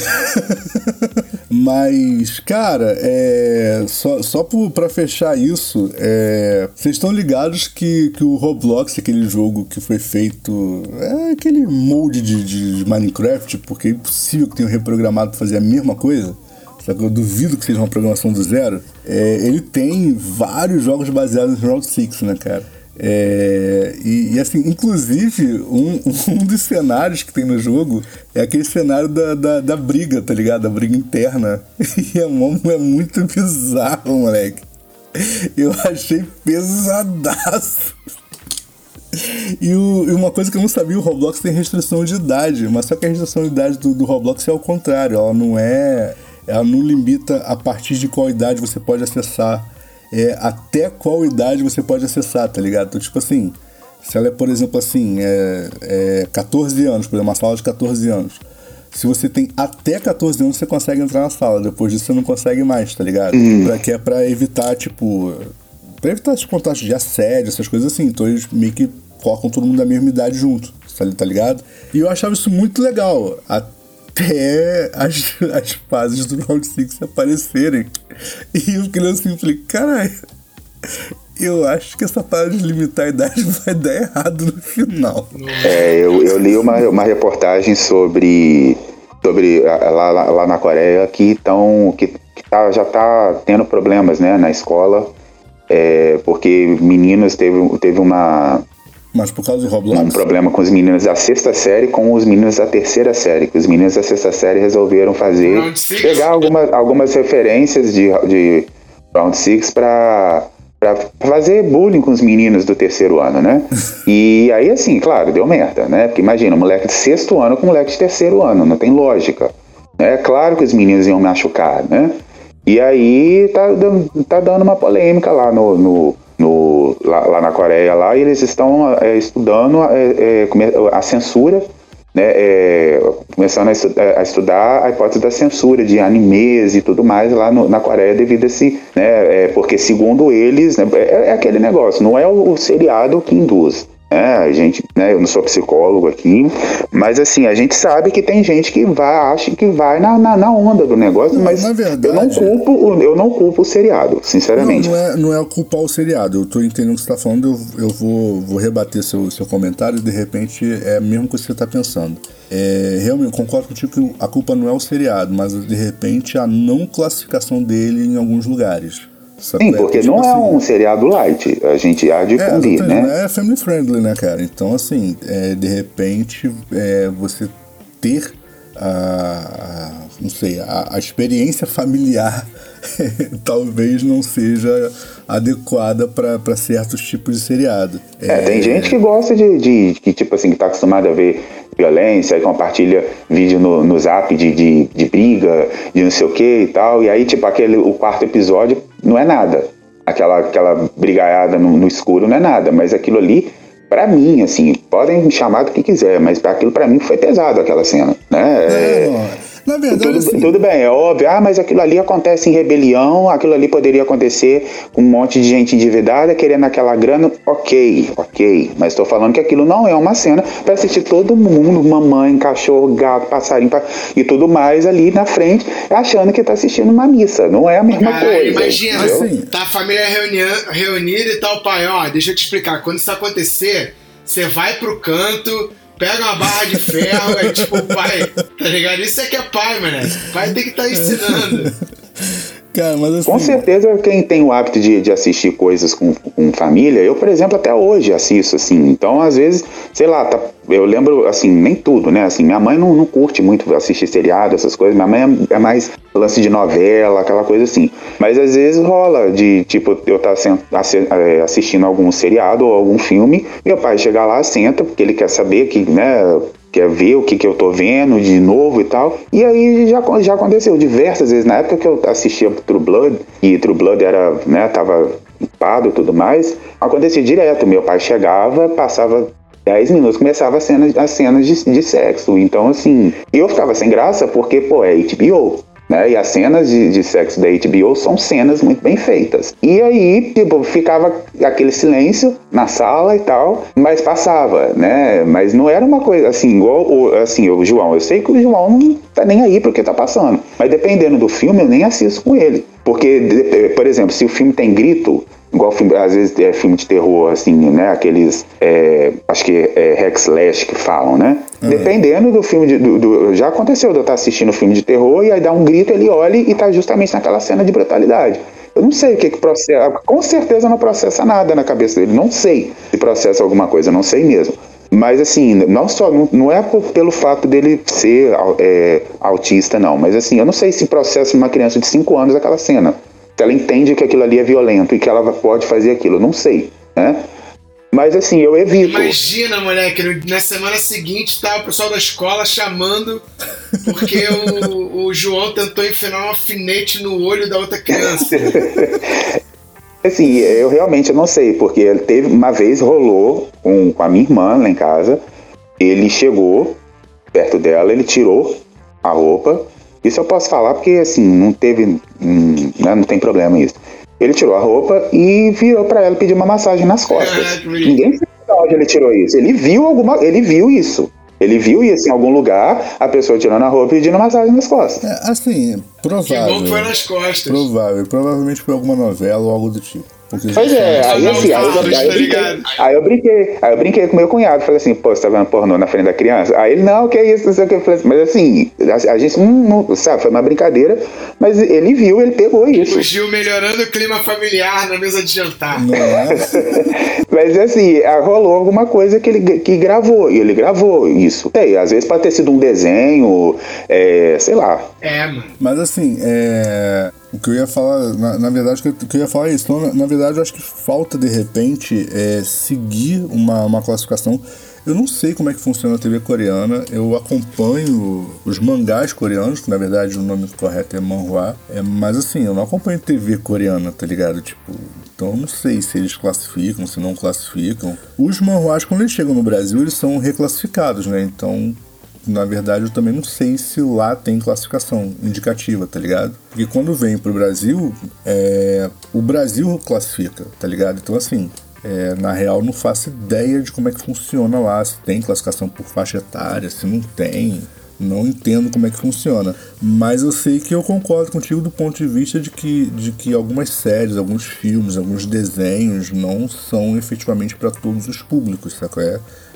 Mas, cara, só pra fechar isso, vocês estão ligados que o Roblox, aquele jogo que foi feito, aquele molde de Minecraft, porque é impossível que tenham reprogramado pra fazer a mesma coisa. Só que eu duvido que seja uma programação do zero. Ele tem vários jogos baseados no Round 6, né, cara? E assim, inclusive um dos cenários que tem no jogo é aquele cenário da briga, tá ligado? A briga interna. E é muito bizarro, moleque. Eu achei pesadaço. E uma coisa que eu não sabia, o Roblox tem restrição de idade, mas só que a restrição de idade do Roblox é ao contrário. Ela não limita a partir de qual idade você pode acessar, até qual idade você pode acessar, tá ligado? Então, tipo assim, se ela é, por exemplo, assim, 14 anos, por exemplo, uma sala de 14 anos. Se você tem até 14 anos, você consegue entrar na sala. Depois disso, você não consegue mais, tá ligado? Que é pra evitar, tipo... Pra evitar os contatos de assédio, essas coisas assim. Então, eles meio que colocam todo mundo da mesma idade junto, tá ligado? E eu achava isso muito legal. Até as fases do Round 6 aparecerem. E eu fiquei assim, falei, caralho, eu acho que essa parada de limitar a idade vai dar errado no final. Eu li uma reportagem sobre lá na Coreia já tá tendo problemas, né, na escola, porque meninos teve uma... Mas por causa do Roblox? Um problema com os meninos da 6ª série com os meninos da 3ª série. Que os meninos da 6ª série resolveram pegar algumas referências de Round 6 pra fazer bullying com os meninos do 3º ano, né? E aí, assim, claro, deu merda, né? Porque imagina, um moleque de 6º ano com um moleque de 3º ano, não tem lógica. É claro que os meninos iam machucar, né? E aí tá dando uma polêmica lá lá na Coreia, lá, e eles estão estudando a censura, né, começando a estudar a hipótese da censura de animes e tudo mais lá na Coreia devido a esse, né, porque segundo eles, né, é aquele negócio, não é o seriado que induz. A gente, né, eu não sou psicólogo aqui, mas assim, a gente sabe que tem gente que acha que vai na onda do negócio, mas na verdade, eu não culpo o seriado, sinceramente. Não é culpar o seriado, eu tô entendendo o que você tá falando, eu vou rebater seu comentário e de repente é mesmo que você tá pensando. Realmente, concordo contigo que a culpa não é o seriado, mas de repente a não classificação dele em alguns lugares. Sim, porque tipo, não é um seriado light, a gente há de convir, né? Não é family friendly, né, cara? Então, assim, de repente, você ter não sei, a experiência familiar talvez não seja adequada para certos tipos de seriado. Tem gente que gosta que tipo assim, que tá acostumado a ver violência, aí compartilha vídeo no Zap de briga, de não sei o que e tal, e aí tipo o quarto episódio não é nada, aquela brigaiada no escuro não é nada, mas aquilo ali, pra mim, assim, podem me chamar do que quiser, mas aquilo pra mim foi pesado, aquela cena, né? Na verdade, tudo bem, é óbvio, mas aquilo ali acontece em rebelião, aquilo ali poderia acontecer com um monte de gente endividada querendo aquela grana, ok, mas tô falando que aquilo não é uma cena pra assistir todo mundo, mamãe, cachorro, gato, passarinho e tudo mais ali na frente, achando que tá assistindo uma missa, não é a mesma coisa. Imagina, assim, tá a família reunida e tal, pai, deixa eu te explicar, quando isso acontecer, você vai pro canto, pega uma barra de ferro, é tipo, pai, tá ligado? Isso é que é pai, mano. Pai tem que estar ensinando. Cara, mas assim... Com certeza, quem tem o hábito de assistir coisas com família, eu, por exemplo, até hoje assisto, assim. Então, às vezes, sei lá, eu lembro, assim, nem tudo, né? Assim, minha mãe não curte muito assistir seriado, essas coisas. Minha mãe é mais lance de novela, aquela coisa assim. Mas, às vezes, rola de, tipo, eu estar assistindo algum seriado ou algum filme, meu pai chegar lá, senta, porque ele quer saber que, né... quer ver o que eu tô vendo de novo e tal. E aí já aconteceu diversas vezes. Na época que eu assistia True Blood, e True Blood era, né, tava upado e tudo mais, acontecia direto. Meu pai chegava, passava 10 minutos, começava as cenas de sexo. Então, assim, eu ficava sem graça porque, pô, é HBO. Né? E as cenas de sexo da HBO são cenas muito bem feitas. E aí, tipo, ficava aquele silêncio na sala e tal, mas passava, né? Mas não era uma coisa assim, igual assim, o João. Eu sei que o João não tá nem aí porque tá passando. Mas dependendo do filme, eu nem assisto com ele. Porque, por exemplo, se o filme tem grito, igual filme, às vezes é filme de terror, assim, né? Aqueles, acho que é hack slash que falam, né? Dependendo do filme, já aconteceu de eu estar assistindo um filme de terror e aí dá um grito, ele olha e tá justamente naquela cena de brutalidade. Eu não sei o que processa, com certeza não processa nada na cabeça dele, não sei se processa alguma coisa, não sei mesmo. Mas assim, não é pelo fato dele ser autista, não, mas assim, eu não sei se processa uma criança de 5 anos aquela cena. Se ela entende que aquilo ali é violento e que ela pode fazer aquilo, eu não sei, né? Mas assim, eu evito. Imagina, moleque, na semana seguinte tá o pessoal da escola chamando porque o João tentou enfiar um alfinete no olho da outra criança. Assim, eu realmente não sei, porque ele teve uma vez, rolou com a minha irmã lá em casa, ele chegou perto dela, ele tirou a roupa. Isso eu posso falar porque, assim, não teve, né, não tem problema isso. Ele tirou a roupa e virou pra ela pedir uma massagem nas costas. Ninguém sabe de onde ele tirou isso. Ele viu isso. Ele viu isso em algum lugar, a pessoa tirando a roupa e pedindo massagem nas costas. Assim, provável. Que bom que foi nas costas. Provavelmente foi alguma novela ou algo do tipo. Pois é, aí eu brinquei com meu cunhado, falei assim, pô, você tá vendo pornô na frente da criança? Aí ele, não, que é isso, não sei o que, eu falei assim, mas assim, a gente não sabe, foi uma brincadeira, mas ele viu, ele pegou isso. O Gil melhorando o clima familiar na mesa de jantar. Não é? Mas assim, rolou alguma coisa que gravou, e ele gravou isso. Às vezes pode ter sido um desenho, sei lá. Mano. Mas assim, o que eu ia falar, na verdade, o que eu ia falar é isso. Então, na verdade, eu acho que falta, de repente, seguir uma classificação. Eu não sei como é que funciona a TV coreana. Eu acompanho os mangás coreanos, que na verdade o nome correto é manhwa. Mas assim, eu não acompanho TV coreana, tá ligado? Tipo, então eu não sei se eles classificam, se não classificam. Os manhwas, quando eles chegam no Brasil, eles são reclassificados, né? Então, na verdade, eu também não sei se lá tem classificação indicativa, tá ligado? Porque quando vem pro Brasil, o Brasil classifica, tá ligado? Então, assim, na real, não faço ideia de como é que funciona lá, se tem classificação por faixa etária, se não tem. Não entendo como é que funciona. Mas eu sei que eu concordo contigo do ponto de vista de que algumas séries, alguns filmes, alguns desenhos não são efetivamente para todos os públicos, sabe?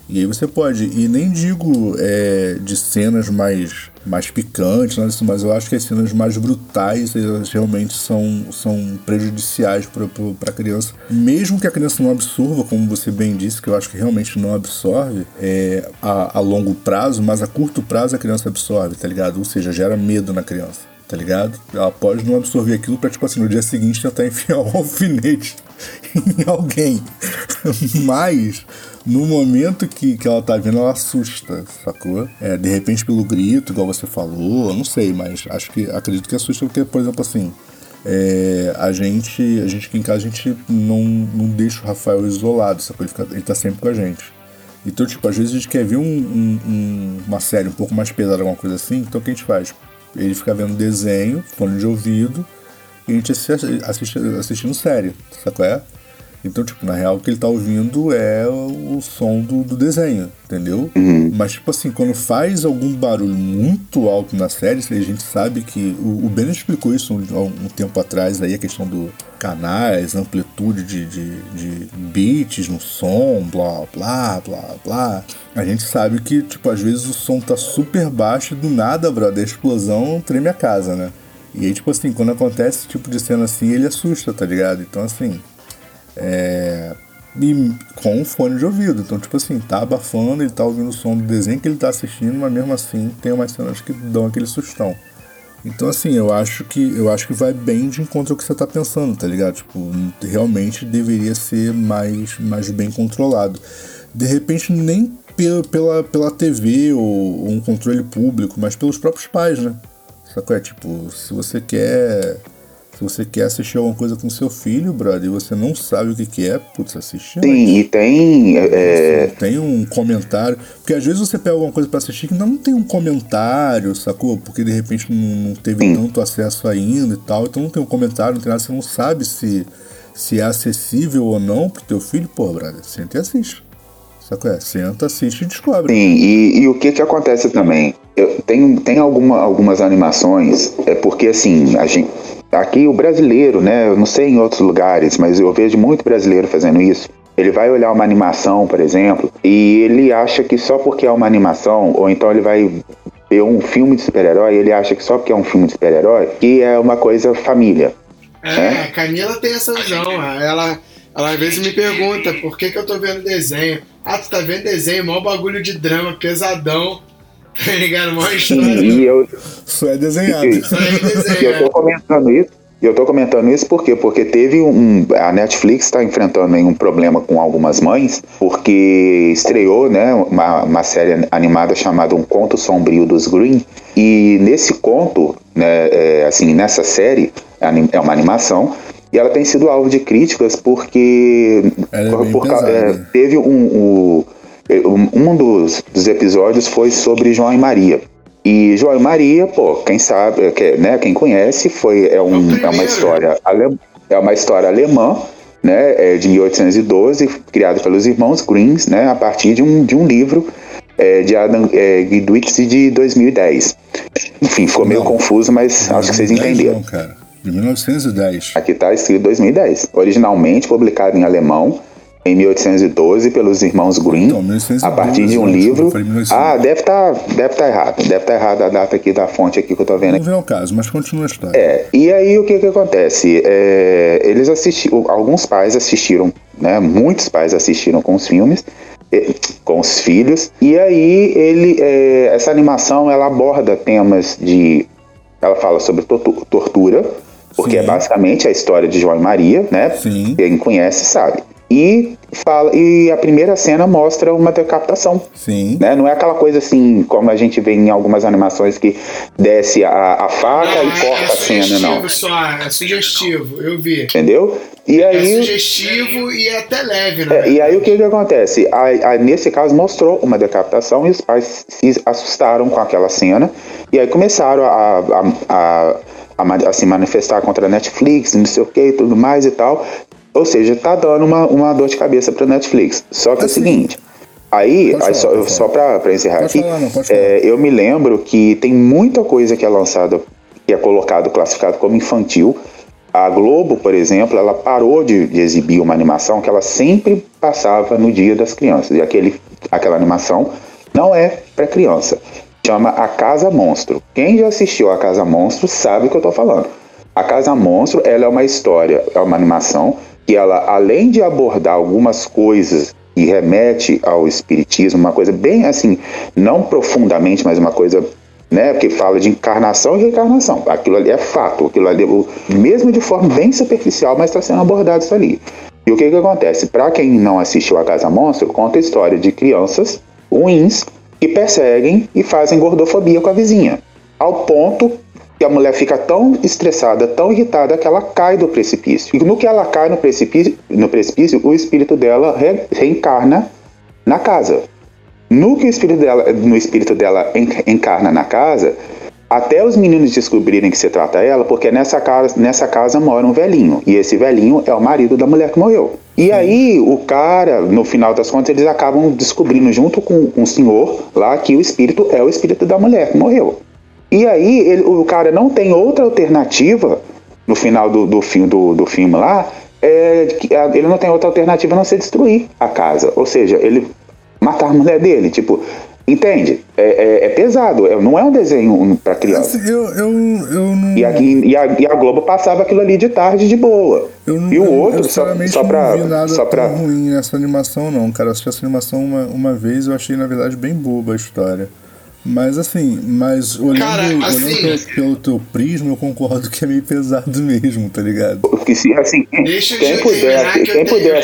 E aí você pode, e nem digo de cenas mais picantes, né, mas eu acho que as cenas mais brutais elas realmente são prejudiciais para a criança. Mesmo que a criança não absorva, como você bem disse, que eu acho que realmente não absorve a longo prazo, mas a curto prazo a criança absorve, tá ligado? Ou seja, gera medo na criança, tá ligado? Ela pode não absorver aquilo pra, tipo assim, no dia seguinte tentar enfiar um alfinete em alguém. Mas no momento que ela tá vendo, ela assusta, sacou? De repente pelo grito, igual você falou, eu não sei, mas acredito que assusta porque, por exemplo, assim, a gente aqui em casa, a gente não deixa o Rafael isolado, sacou? Ele tá sempre com a gente. Então, tipo, às vezes a gente quer ver uma série um pouco mais pesada, alguma coisa assim, então o que a gente faz? Ele fica vendo desenho, fone de ouvido, e a gente assistindo série, sacou? Então, tipo, na real o que ele tá ouvindo é o som do desenho, entendeu? Mas, tipo assim, quando faz algum barulho muito alto na série, a gente sabe que... O Ben explicou isso um tempo atrás, aí, a questão do canais, amplitude de beats no som, blá, blá, blá, blá. A gente sabe que, tipo, às vezes o som tá super baixo e do nada, brother, a explosão treme a casa, né? E aí, tipo assim, quando acontece esse tipo de cena assim, ele assusta, tá ligado? Então, assim... E com o fone de ouvido. Então, tipo assim, tá abafando, ele tá ouvindo o som do desenho que ele tá assistindo, mas mesmo assim tem umas cenas que dão aquele sustão. Então, assim, eu acho que vai bem de encontro ao que você tá pensando, tá ligado? Tipo, realmente deveria ser mais bem controlado. De repente, nem pela TV ou um controle público, mas pelos próprios pais, né? Sacou? Tipo, se você quer assistir alguma coisa com seu filho, brother, e você não sabe o que é, putz, assiste. Sim, e tem... Tem um comentário. Porque às vezes você pega alguma coisa pra assistir que não tem um comentário, sacou? Porque de repente não teve tanto acesso ainda e tal. Então não tem um comentário, não tem nada. Você não sabe se é acessível ou não pro teu filho. Pô, brother, senta e assiste. Sacou? Senta, assiste e descobre. Sim, e o que acontece também? Tem algumas animações, porque assim, a gente... Aqui o brasileiro, né, eu não sei em outros lugares, mas eu vejo muito brasileiro fazendo isso. Ele vai olhar uma animação, por exemplo, e ele acha que só porque é uma animação, ou então ele vai ver um filme de super-herói, ele acha que só porque é um filme de super-herói, que é uma coisa família. Né? A Camila tem essa visão. Ela às vezes me pergunta por que eu tô vendo desenho. Ah, tu tá vendo desenho, maior bagulho de drama, pesadão. Tá ligado? Maior história. Só é desenhado. E eu tô comentando isso por quê? Porque teve a Netflix está enfrentando aí um problema com algumas mães, porque estreou, né, uma série animada chamada Um Conto Sombrio dos Green, e nesse conto, né, assim, nessa série, é uma animação, e ela tem sido alvo de críticas porque teve um dos episódios foi sobre João e Maria. E João e Maria, pô, quem sabe, né, quem conhece, é uma história alemã, né, de 1812, criada pelos irmãos Greens, né, a partir de um livro de Adam Guidwitz de 2010. Enfim, ficou meio confuso, mas acho que vocês entenderam. Não, cara, de 1910. Aqui está escrito 2010. Originalmente publicado em alemão, em 1812 pelos irmãos Green, então, a partir de um livro. Deve estar errado. Deve estar errado a data aqui da fonte aqui que eu tô vendo. Não vem ao caso, mas continua a história. E aí o que acontece? Eles alguns pais assistiram, né? Muitos pais assistiram com os filmes, com os filhos. E aí essa animação ela aborda temas ela fala sobre tortura, porque é basicamente a história de João e Maria, né? Sim. Quem conhece sabe. E a primeira cena mostra uma decapitação. Sim. Né? Não é aquela coisa assim, como a gente vê em algumas animações que desce a faca e corta a cena, não. É sugestivo, eu vi. Entendeu? E aí, sugestivo e até leve, né? E aí o que acontece? Nesse caso mostrou uma decapitação e os pais se assustaram com aquela cena. E aí começaram a se manifestar contra a Netflix, não sei o que, tudo mais e tal. Ou seja, tá dando uma dor de cabeça pra Netflix. Só que é o seguinte, só pra encerrar aqui, eu me lembro que tem muita coisa que é lançada, que é classificado como infantil. A Globo, por exemplo, ela parou de exibir uma animação que ela sempre passava no Dia das Crianças. E aquele aquela animação não é para criança. Chama A Casa Monstro. Quem já assistiu A Casa Monstro sabe o que eu tô falando. A Casa Monstro, ela é uma história, é uma animação que ela, além de abordar algumas coisas e remete ao espiritismo, uma coisa bem assim, não profundamente, mas uma coisa, né, que fala de encarnação e reencarnação. Aquilo ali é fato, aquilo ali, mesmo de forma bem superficial, mas está sendo abordado isso ali. E o que acontece? Para quem não assistiu A Casa Monstro, conta a história de crianças ruins que perseguem e fazem gordofobia com a vizinha, ao ponto que a mulher fica tão estressada, tão irritada, que ela cai do precipício. E no que ela cai no precipício o espírito dela reencarna na casa. No que o espírito dela encarna na casa, até os meninos descobrirem que se trata ela, porque nessa casa mora um velhinho, e esse velhinho é o marido da mulher que morreu. E aí o cara, no final das contas, eles acabam descobrindo junto com o senhor lá que o espírito é o espírito da mulher que morreu. E aí o cara não tem outra alternativa no final do filme lá, ele não tem outra alternativa a não ser destruir a casa, ou seja, ele matar a mulher dele, tipo, entende? É pesado, não é um desenho para criança. Eu não... E a Globo passava aquilo ali de tarde de boa. E o outro, não vi nada tão ruim nessa animação não, cara. Eu assisti essa animação uma vez, eu achei na verdade bem boba a história. Mas assim, olhando pelo teu prisma, eu concordo que é meio pesado mesmo, tá ligado? Porque assim, quem puder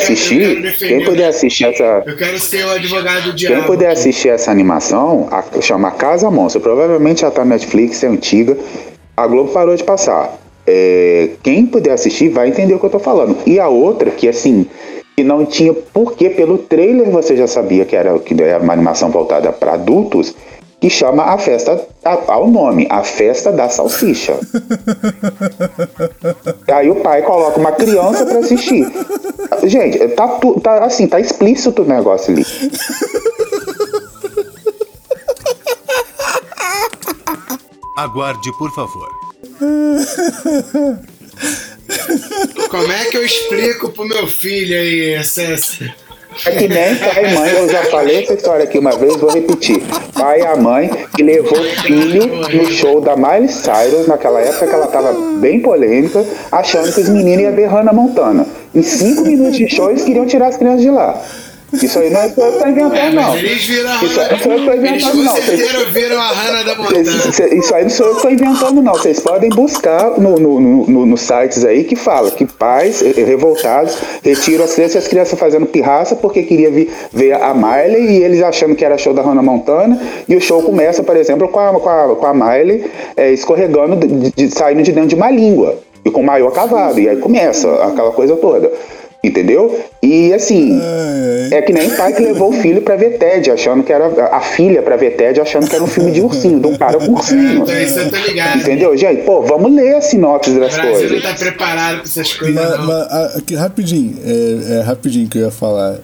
assistir essa... Eu quero ser o advogado do diabo. Quem puder assistir essa animação, chama Casa Monstro. Provavelmente já tá na Netflix, é antiga. A Globo parou de passar. Quem puder assistir vai entender o que eu tô falando. E a outra, que assim, que não tinha porquê, pelo trailer você já sabia que era uma animação voltada para adultos, que chama a festa, ao nome, a festa da salsicha. Aí o pai coloca uma criança pra assistir. Gente, tá explícito o negócio ali. Aguarde, por favor. Como é que eu explico pro meu filho aí essa... É que nem pai e mãe, eu já falei essa história aqui uma vez, vou repetir. Pai e a mãe que levou o filho no show da Miley Cyrus, naquela época que ela tava bem polêmica, achando que os meninos iam ver Hannah Montana. Em 5 minutos de show, eles queriam tirar as crianças de lá. Isso aí não é só eu que tô inventando, não. Eles viram a Isso aí não sou eu que tô inventando, não. Eles viram a Hannah da Montana. Isso aí não sou eu que tô inventando, não. Vocês podem buscar nos sites aí que fala que pais revoltados retiram as crianças fazendo pirraça porque queria ver a Miley e eles achando que era show da Hannah Montana, e o show começa, por exemplo, com a Miley escorregando, saindo de dentro de uma língua e com o maior cavado, e aí começa aquela coisa toda. Entendeu? E assim, é que nem pai que levou o filho pra ver Ted, achando que era a filha pra ver Ted, achando que era um filme de ursinho, de um cara com ursinho. Então isso eu tô ligado. Entendeu, gente? Pô, vamos ler a sinopse das coisas. O Brasil não tá preparado pra essas coisas, não. Mas aqui, rapidinho que eu ia falar.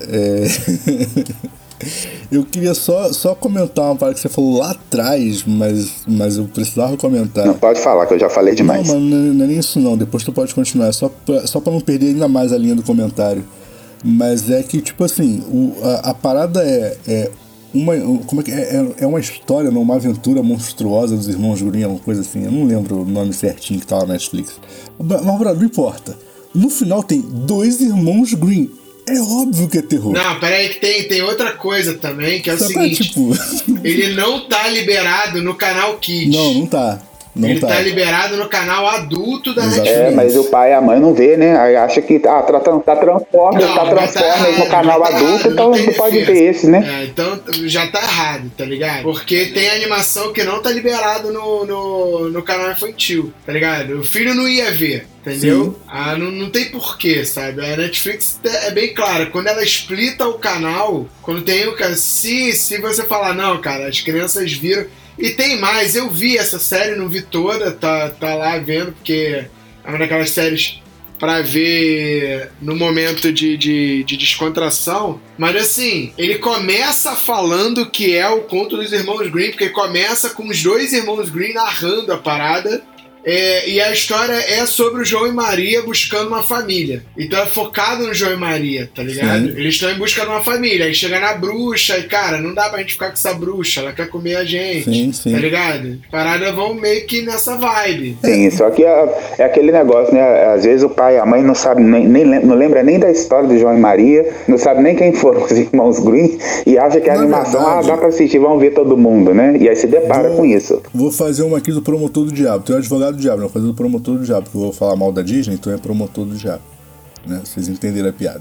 Eu queria só comentar uma parada que você falou lá atrás, mas eu precisava comentar. Não, pode falar, que eu já falei demais. Não, mas não é nem isso não, depois tu pode continuar, só pra não perder ainda mais a linha do comentário. Mas é que, tipo assim, a parada é uma história, uma aventura monstruosa dos irmãos Grimm, uma coisa assim, eu não lembro o nome certinho que tá lá na Netflix. Mas, não importa. No final tem 2 irmãos Grimm. É óbvio que é terror. Não, peraí que tem outra coisa também, que é o seguinte. Ele não tá liberado no canal Kids. Não tá. Ele tá liberado no canal adulto da Netflix. Mas o pai e a mãe não vê, né? Aí acha que tá Transformers no canal adulto, então não pode ver esse, né? Então já tá errado, tá ligado? Porque tem animação que não tá liberado no canal infantil, tá ligado? O filho não ia ver. Entendeu? Não tem porquê, sabe? A Netflix é bem clara. Quando ela explita o canal, quando tem o cara. Se você falar, não, cara, as crianças viram. E tem mais, eu vi essa série, não vi toda, tá lá vendo, porque é uma daquelas séries pra ver no momento de descontração. Mas assim, ele começa falando que é o conto dos irmãos Grimm, porque começa com os 2 irmãos Grimm narrando a parada. E a história é sobre o João e Maria buscando uma família. Então é focado no João e Maria, tá ligado? Eles estão em busca de uma família. Aí chega na bruxa e, cara, não dá pra gente ficar com essa bruxa, ela quer comer a gente. Sim. Tá ligado? Paradas vão meio que nessa vibe. Sim, só que é aquele negócio, né? Às vezes o pai e a mãe não sabem, não lembra nem da história do João e Maria, não sabe nem quem foram os irmãos Green e acha que a animação, dá pra assistir, vamos ver todo mundo, né? E aí se depara com isso. Vou fazer uma aqui do promotor do diabo. Tem um advogado do diabo, não vou fazer do promotor do diabo, porque eu vou falar mal da Disney, então é promotor do diabo. Né? Vocês entenderam a piada.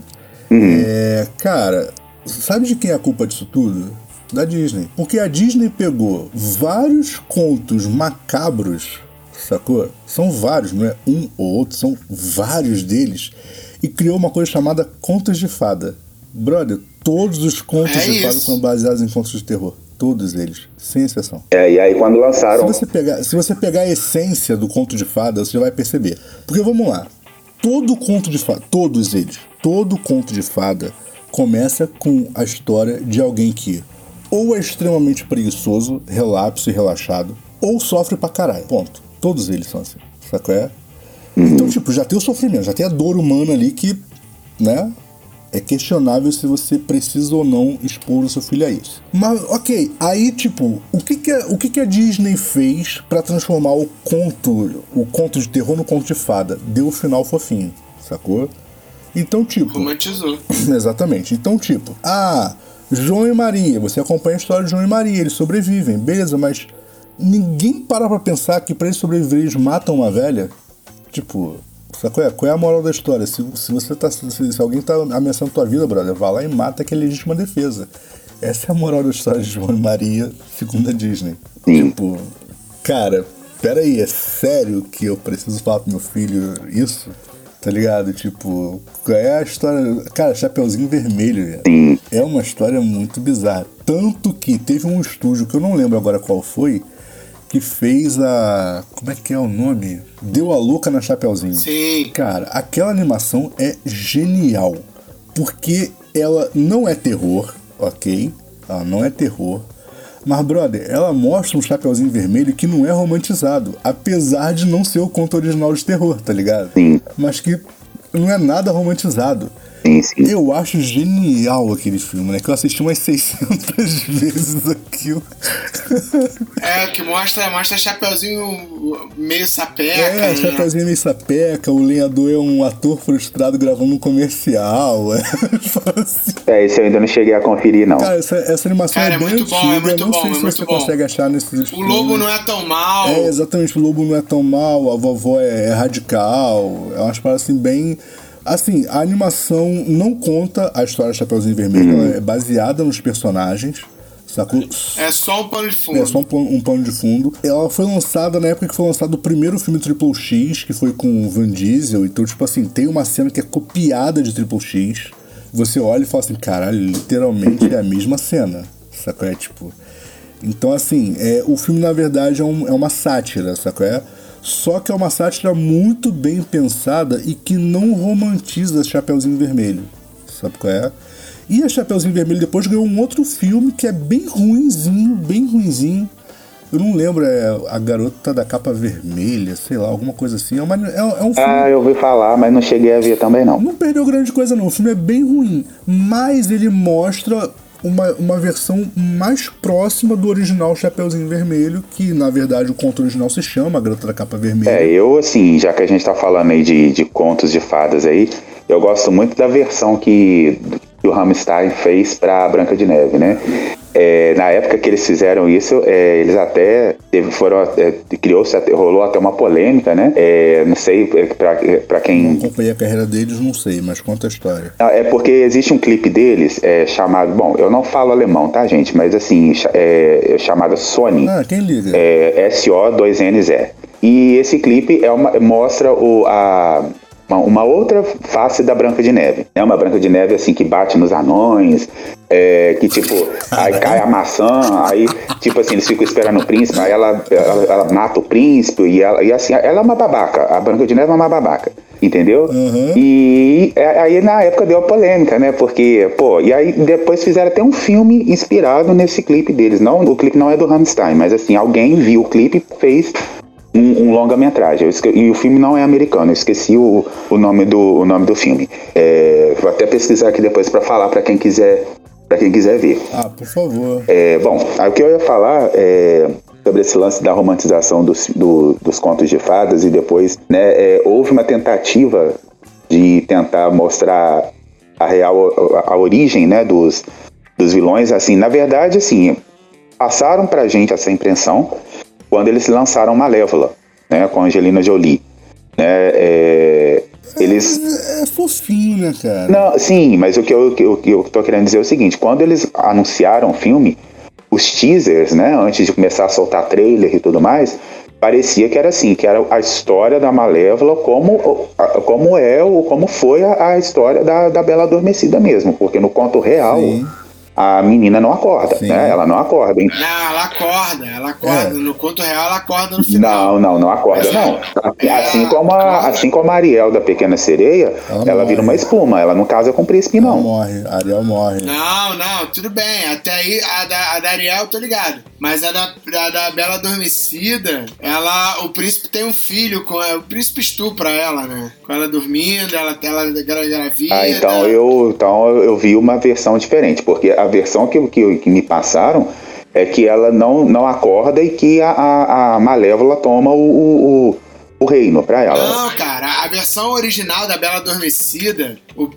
Cara, sabe de quem é a culpa disso tudo? Da Disney. Porque a Disney pegou vários contos macabros, sacou? São vários, não é um ou outro, são vários deles, e criou uma coisa chamada contos de fada. Brother, todos os contos de fada são baseados em contos de terror. Todos eles, sem exceção. E aí quando lançaram... Se você pegar a essência do conto de fada, você já vai perceber. Porque vamos lá, todo conto de fada, todos eles, todo conto de fada começa com a história de alguém que ou é extremamente preguiçoso, relapso e relaxado, ou sofre pra caralho. Ponto. Todos eles são assim. Sabe qual é? Então, tipo, já tem o sofrimento, já tem a dor humana ali que, né... É questionável se você precisa ou não expor o seu filho a isso. Mas, ok, aí, tipo, o que a Disney fez pra transformar o conto de terror no conto de fada? Deu o final fofinho, sacou? Então, tipo... Romantizou. Exatamente. Então, tipo, João e Maria, você acompanha a história de João e Maria, eles sobrevivem, beleza, mas ninguém para pra pensar que pra eles sobreviverem eles matam uma velha? Tipo... Qual é a moral da história? Se alguém tá ameaçando tua vida, brother, vai lá e mata, que é legítima defesa. Essa é a moral da história de João e Maria, segundo a Disney. Tipo, cara, peraí, é sério que eu preciso falar pro meu filho isso? Tá ligado? Tipo, qual é a história... Cara, Chapeuzinho Vermelho, velho. É uma história muito bizarra. Tanto que teve um estúdio, que eu não lembro agora qual foi, que fez a... Como é que é o nome? Deu a louca na Chapeuzinho. Sim. Cara, aquela animação é genial. Porque ela não é terror, ok? Ela não é terror. Mas, brother, ela mostra um Chapeuzinho Vermelho que não é romantizado. Apesar de não ser o conto original de terror, tá ligado? Sim. Mas que não é nada romantizado. Sim. Eu acho genial aquele filme, né? Que eu assisti umas 600 vezes aquilo. Que mostra Chapeuzinho meio sapeca. Chapeuzinho meio sapeca. O lenhador é um ator frustrado gravando um comercial. Esse eu ainda não cheguei a conferir, não. Cara, essa animação é bem antiga. Não sei se você consegue achar nesses filmes. O lobo não é tão mal. Exatamente, o lobo não é tão mal. A vovó é radical. É umas paradas assim bem... Assim, a animação não conta a história do Chapeuzinho Vermelho, ela é baseada nos personagens, sacou? É só um pano de fundo. É só um pano de fundo. Ela foi lançada na época que foi lançado o primeiro filme Triple X, que foi com o Vin Diesel. Então, tipo assim, tem uma cena que é copiada de Triple X. Você olha e fala assim, caralho, literalmente é a mesma cena, sacou? Tipo... Então, assim, o filme, na verdade, é uma sátira, sacou? Só que é uma sátira muito bem pensada e que não romantiza Chapeuzinho Vermelho. Sabe qual é? E a Chapeuzinho Vermelho depois ganhou um outro filme que é bem ruinzinho. Eu não lembro, é A Garota da Capa Vermelha, sei lá, alguma coisa assim. É um filme... eu ouvi falar, mas não cheguei a ver também, não. Não perdeu grande coisa, não. O filme é bem ruim, mas ele mostra... Uma versão mais próxima do original Chapeuzinho Vermelho, que na verdade o conto original se chama A Garota da Capa Vermelha. Eu assim, já que a gente tá falando aí de contos de fadas aí, eu gosto muito da versão que o Rammstein fez pra Branca de Neve, né? Na época que eles fizeram isso, eles até rolou até uma polêmica, né? Não sei, pra quem... Não acompanhei a carreira deles, não sei, mas conta a história. É porque existe um clipe deles chamado... Bom, eu não falo alemão, tá, gente? Mas assim, chamado Sony. Quem liga? SO2NZ. E esse clipe mostra uma outra face da Branca de Neve. É uma Branca de Neve assim que bate nos anões, que tipo, aí cai a maçã, aí tipo assim, eles ficam esperando o príncipe, aí ela mata o príncipe, e assim, ela é uma babaca, a Branca de Neve é uma babaca, entendeu? Uhum. E aí na época deu a polêmica, né, porque, e aí depois fizeram até um filme inspirado nesse clipe deles, o clipe não é do Rammstein, mas assim, alguém viu o clipe e fez um longa-metragem. E o filme não é americano, eu esqueci o nome do filme. Vou até pesquisar aqui depois para falar para quem quiser ver. Ah, por favor. Bom, o que eu ia falar sobre esse lance da romantização dos contos de fadas, e depois, né, houve uma tentativa de tentar mostrar a origem, né, dos vilões. Assim, na verdade, assim, passaram pra gente essa impressão quando eles lançaram Malévola, né, com a Angelina Jolie, né, eles... É fofinho, né, cara? Não, sim, mas o que eu tô querendo dizer é o seguinte: quando eles anunciaram o filme, os teasers, né, antes de começar a soltar trailer e tudo mais, parecia que era assim, que era a história da Malévola como foi a história da Bela Adormecida mesmo, porque no conto real... Sim. A menina não acorda, né? Ela não acorda, hein? Não, ela acorda. No conto real, ela acorda no final. Não acorda, não. Assim como a Ariel da Pequena Sereia, ela vira uma espuma, ela não casa com o príncipe, não. A Ariel morre. Não, tudo bem. Até aí, a da Ariel, eu tô ligado. Mas a da Bela Adormecida, o príncipe tem um filho com ela. O príncipe estupra ela, né? Com ela dormindo, ela gravida. Então eu vi uma versão diferente, porque a versão que me passaram é que ela não acorda e que a Malévola toma o reino pra ela. Não, cara, a versão original da Bela Adormecida, o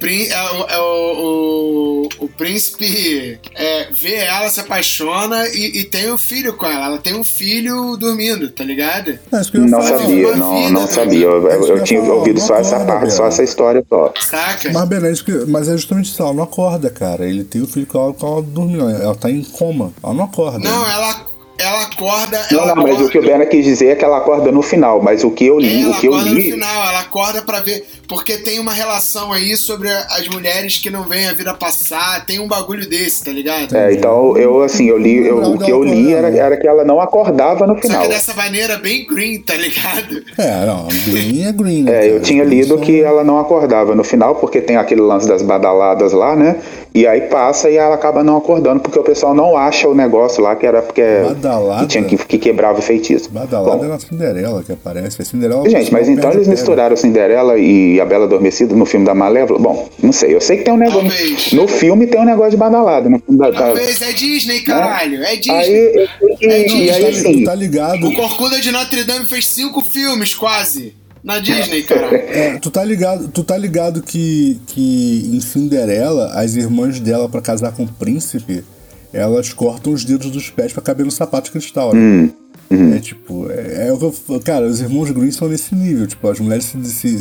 príncipe vê ela, se apaixona e tem um filho com ela. Ela tem um filho dormindo, tá ligado? Não sabia. Eu tinha ouvido só essa parte, só essa história só. Saca? Mas é justamente isso, ela não acorda, cara. Ele tem um filho com ela dormindo. Ela tá em coma, ela não acorda. Não, ela acorda... Mas o que o Bena quis dizer é que ela acorda no final, mas o que eu li... Ela acorda no final, ela acorda pra ver... Porque tem uma relação aí sobre as mulheres que não veem a vida passar, tem um bagulho desse, tá ligado? Então o que eu li era que ela não acordava no final. Só que dessa maneira bem green, tá ligado? Green é green, né? Eu tinha lido que ela não acordava no final, porque tem aquele lance das badaladas lá, né? E aí passa e ela acaba não acordando, porque o pessoal não acha o negócio lá, que era porque que tinha que quebrava o feitiço. Badalada é na Cinderela que aparece. Cinderela, gente, mas então eles misturaram Cinderela e a Bela Adormecida no filme da Malévola? Bom, não sei. Eu sei que tem um negócio... Talvez. No filme tem um negócio de badalada. Talvez, é Disney, caralho. É Disney. Aí, assim, tá ligado? O Corcunda de Notre Dame fez 5 filmes, quase. Na Disney, cara. Tu tá ligado que em Cinderela, as irmãs dela, pra casar com o príncipe, elas cortam os dedos dos pés pra caber no sapato de cristal, né? Cara, os irmãos Green são nesse nível. Tipo, as mulheres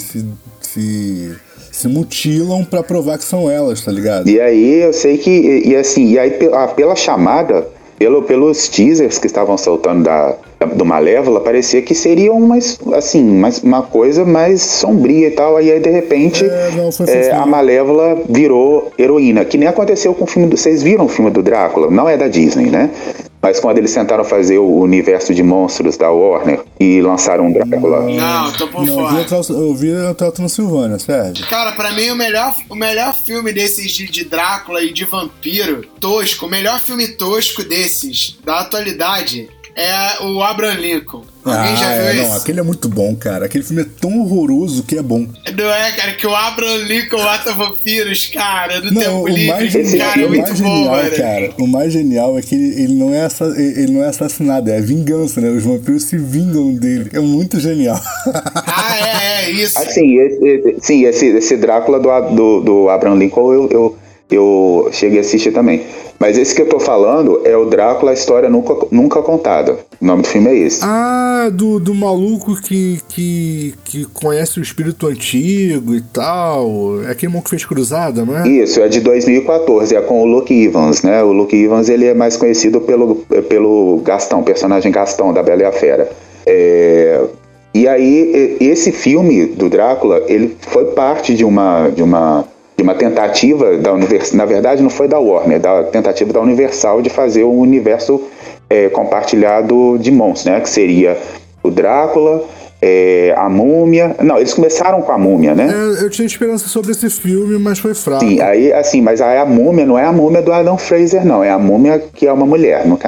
se mutilam pra provar que são elas, tá ligado? E aí eu sei que... E aí pela chamada... Pelos teasers que estavam soltando do Malévola, parecia que seria uma coisa mais sombria e tal. Aí de repente a Malévola virou heroína, que nem aconteceu com o filme vocês viram o filme do Drácula? Não é da Disney, né? Mas quando eles tentaram fazer o universo de monstros da Warner e lançaram um Drácula... Não, tô por fora. Eu vi a Transilvânia, sério. Cara, pra mim o melhor filme desses de Drácula e de vampiro, tosco, o melhor filme tosco desses, da atualidade, é o Abraham Lincoln. Alguém já viu esse? Não, aquele é muito bom, cara. Aquele filme é tão horroroso que é bom. Não é, cara, que o Abraham Lincoln mata vampiros, cara, no tempo livre. Cara, é muito bom, mano. Cara, o mais genial é que ele não é assassinado, é vingança, né? Os vampiros se vingam dele. É muito genial. É isso. Assim, esse Drácula do Abraham Lincoln eu cheguei a assistir também. Mas esse que eu tô falando é o Drácula, a história nunca contada. O nome do filme é esse. Do maluco que conhece o espírito antigo e tal. É aquele maluco que fez Cruzada, não é? Isso, é de 2014, é com o Luke Evans, né? O Luke Evans, ele é mais conhecido pelo Gastão, personagem Gastão, da Bela e a Fera. E aí, esse filme do Drácula, ele foi parte de uma tentativa da Universal, na verdade não foi da Warner, da tentativa da Universal de fazer um universo compartilhado de monstros, né? Que seria o Drácula, a Múmia... Não, eles começaram com a Múmia, né? Eu tinha esperança sobre esse filme, mas foi fraco. Sim, aí, assim, mas aí a Múmia não é a Múmia do Adam Fraser, não. É a Múmia que é uma mulher, no caso.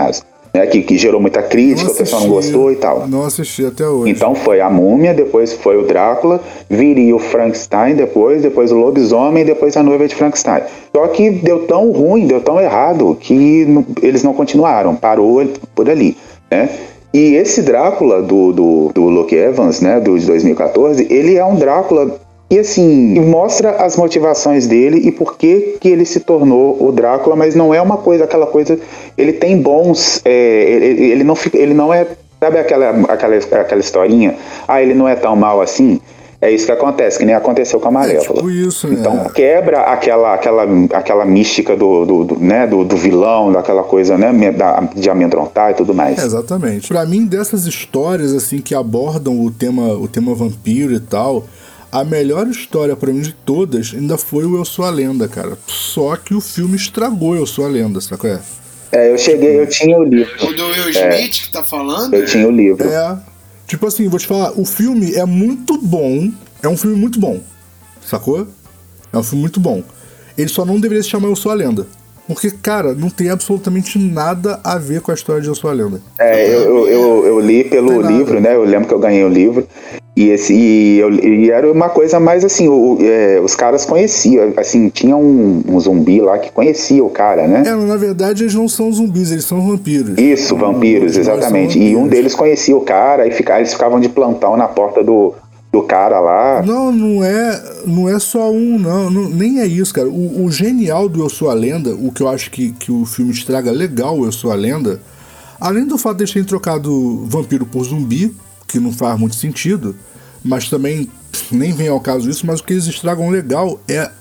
né, que gerou muita crítica, o pessoal não gostou e tal. Não assisti até hoje. Então foi a Múmia, depois foi o Drácula, viria o Frankenstein depois o Lobisomem, depois a Noiva de Frankenstein. Só que deu tão ruim, deu tão errado, que eles não continuaram, parou por ali, né? E esse Drácula do Luke Evans, né, de 2014, ele é um Drácula e assim, mostra as motivações dele e por que ele se tornou o Drácula, mas não é aquela coisa, ele tem bons, ele não é, sabe aquela historinha, ele não é tão mal assim? É isso que acontece, que nem aconteceu com a Malévola. Tipo isso, então quebra aquela mística do vilão, daquela coisa, né, de amedrontar e tudo mais. Exatamente. Pra mim, dessas histórias assim que abordam o tema vampiro e tal, a melhor história pra mim de todas ainda foi o Eu Sou a Lenda, cara. Só que o filme estragou Eu Sou a Lenda, sabe qual é? Eu tinha o livro. O do Will Smith que tá falando? Eu tinha o livro. Tipo assim, vou te falar, o filme é muito bom. É um filme muito bom. Sacou? É um filme muito bom. Ele só não deveria se chamar Eu Sou a Lenda. Porque, cara, não tem absolutamente nada a ver com a história de Eu Sou a Lenda. Eu li pelo livro, né? Eu lembro que eu ganhei o livro. E era uma coisa mais assim, os caras conheciam, assim, tinha um zumbi lá que conhecia o cara, né? Na verdade eles não são zumbis, eles são vampiros. Isso, vampiros, exatamente. E um deles conhecia o cara, e eles ficavam de plantão na porta do cara lá. Não é só um, não, nem é isso, cara. O genial do Eu Sou a Lenda, o que eu acho que o filme estraga legal, o Eu Sou a Lenda, além do fato de eles terem trocado vampiro por zumbi, que não faz muito sentido, mas também nem vem ao caso isso, mas o que eles estragam legal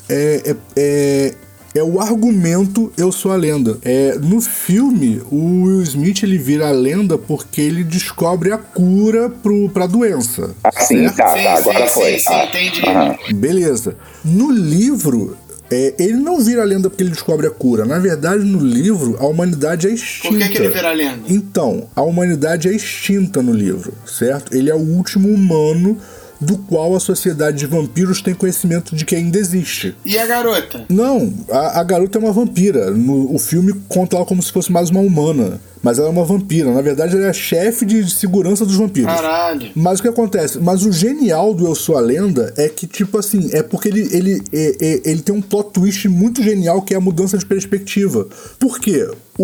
é o argumento Eu Sou a Lenda. No filme, o Will Smith ele vira a lenda porque ele descobre a cura pra doença. Sim, agora foi. Sim, entendi. Beleza. No livro, ele não vira a lenda porque ele descobre a cura. Na verdade, no livro, a humanidade é extinta. Por que ele vira a lenda? Então, a humanidade é extinta no livro, certo? Ele é o último humano do qual a sociedade de vampiros tem conhecimento de que ainda existe. E a garota? Não, a garota é uma vampira. O filme conta ela como se fosse mais uma humana. Mas ela é uma vampira. Na verdade, ela é a chefe de segurança dos vampiros. Caralho. Mas o que acontece? Mas o genial do Eu Sou a Lenda é que, tipo assim, é porque ele tem um plot twist muito genial, que é a mudança de perspectiva. Por quê?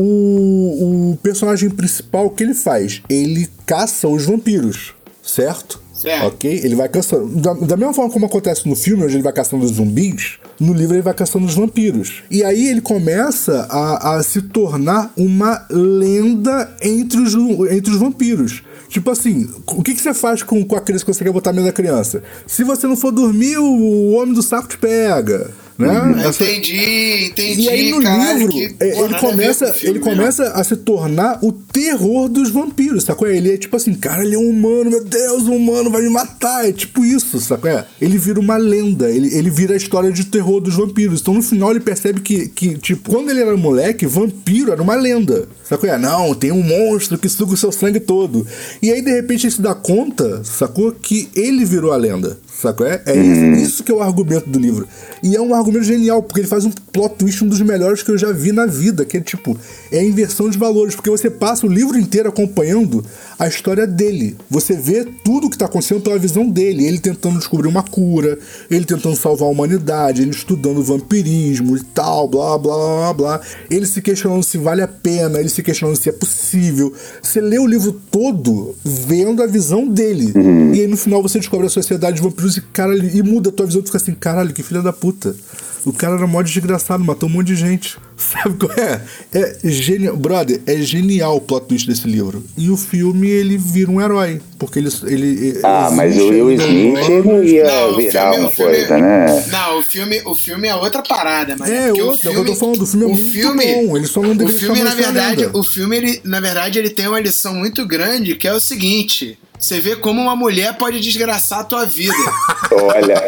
O personagem principal, o que ele faz? Ele caça os vampiros, certo? Ok? Ele vai caçando. Da mesma forma como acontece no filme, onde ele vai caçando os zumbis, no livro ele vai caçando os vampiros. E aí ele começa a se tornar uma lenda entre os vampiros. Tipo assim, o que você faz com a criança quando você quer botar medo da criança? Se você não for dormir, o homem do saco te pega. Né? Entendi. E aí no livro ele começa a se tornar o terror dos vampiros, sacou? Ele é tipo assim, cara, ele é um humano, meu Deus, um humano vai me matar, é tipo isso, sacou? Ele vira uma lenda, ele vira a história de terror dos vampiros. Então no final ele percebe que tipo, quando ele era moleque, vampiro era uma lenda, sacou? Não, tem um monstro que suga o seu sangue todo. E aí de repente ele se dá conta, sacou? Que ele virou a lenda. Sacou? Isso que é o argumento do livro. E é um argumento genial, porque ele faz um plot twist, um dos melhores que eu já vi na vida, que é tipo, é a inversão de valores, porque você passa o livro inteiro acompanhando a história dele. Você vê tudo que tá acontecendo pela visão dele, ele tentando descobrir uma cura, ele tentando salvar a humanidade, ele estudando vampirismo e tal, blá, blá, blá, blá. Ele se questionando se vale a pena, ele se questionando se é possível. Você lê o livro todo vendo a visão dele. E aí no final você descobre a sociedade de vampiros e muda a tua visão, tu fica assim, caralho, que filha da puta. O cara era mó desgraçado, matou um monte de gente. Sabe qual é? É genial. Brother, é genial o plot twist desse livro. E o filme, ele vira um herói. Porque ele mas o Will Smith não ia virar uma coisa, né? Não, o filme é outra parada, mas é outra, o filme, eu tô falando, o filme é muito bom. Ele só não deveria chamar na verdade, o filme, na verdade, ele tem uma lição muito grande, que é o seguinte: você vê como uma mulher pode desgraçar a tua vida. Olha.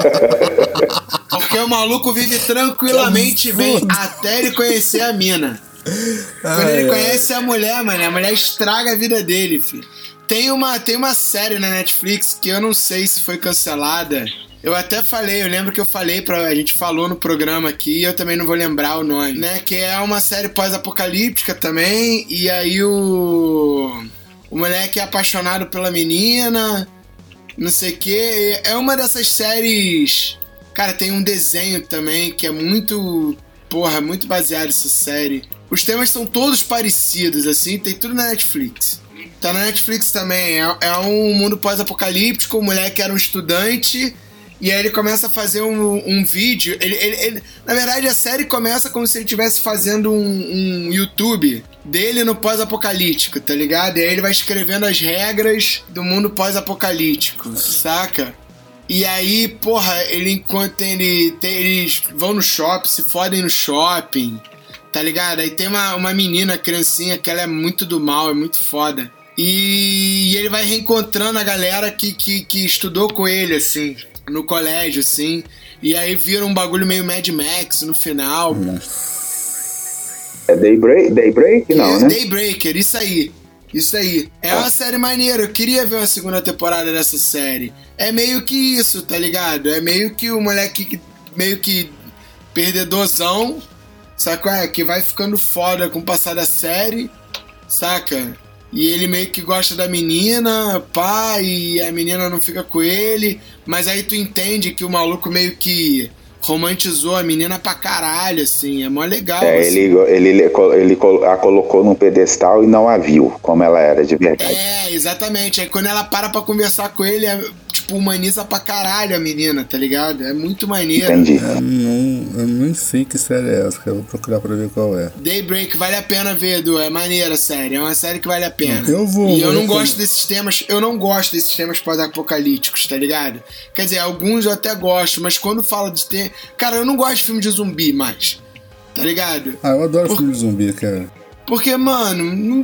Porque o maluco vive tranquilamente bem até ele conhecer a mina. Quando ele conhece a mulher, mano, a mulher estraga a vida dele, filho. Tem uma série na Netflix que eu não sei se foi cancelada, Eu até falei, eu lembro que eu falei a gente falou no programa aqui, eu também não vou lembrar o nome, né? Que é uma série pós-apocalíptica também, e aí o moleque é apaixonado pela menina, não sei o que. É uma dessas séries... Cara, tem um desenho também que é muito baseado nessa série. Os temas são todos parecidos, assim, tem tudo na Netflix. Tá na Netflix também, é um mundo pós-apocalíptico, o moleque era um estudante... E aí ele começa a fazer um vídeo. Ele, na verdade, a série começa como se ele estivesse fazendo um YouTube dele no pós-apocalíptico, tá ligado? E aí ele vai escrevendo as regras do mundo pós-apocalíptico, saca? E aí, porra, eles vão no shopping, se fodem no shopping, tá ligado? Aí tem uma menina, criancinha, que ela é muito do mal, é muito foda. E ele vai reencontrando a galera que estudou com ele, assim, no colégio, assim, e aí vira um bagulho meio Mad Max no final. É Daybreak? Não, né? Daybreaker, isso aí. É uma série maneira, eu queria ver uma segunda temporada dessa série. É meio que isso, tá ligado? É meio que o moleque meio que perdedorzão, saca? Que vai ficando foda com o passar da série, saca? E ele meio que gosta da menina, pá, e a menina não fica com ele. Mas aí tu entende que o maluco meio que romantizou a menina pra caralho, assim. É mó legal. Assim. Ele a colocou num pedestal e não a viu como ela era de verdade. É, exatamente. Aí quando ela para pra conversar com ele, tipo, humaniza pra caralho a menina, tá ligado? É muito maneiro. Entendi. Eu nem sei que série é essa, que eu vou procurar pra ver qual é. Daybreak, vale a pena ver, Edu. É maneira a série. É uma série que vale a pena. Eu não gosto desses temas. Eu não gosto desses temas pós-apocalípticos, tá ligado? Quer dizer, alguns eu até gosto, mas quando fala de ter. Cara, eu não gosto de filme de zumbi mais. Tá ligado? Ah, eu adoro filme de zumbi, cara. Porque, mano,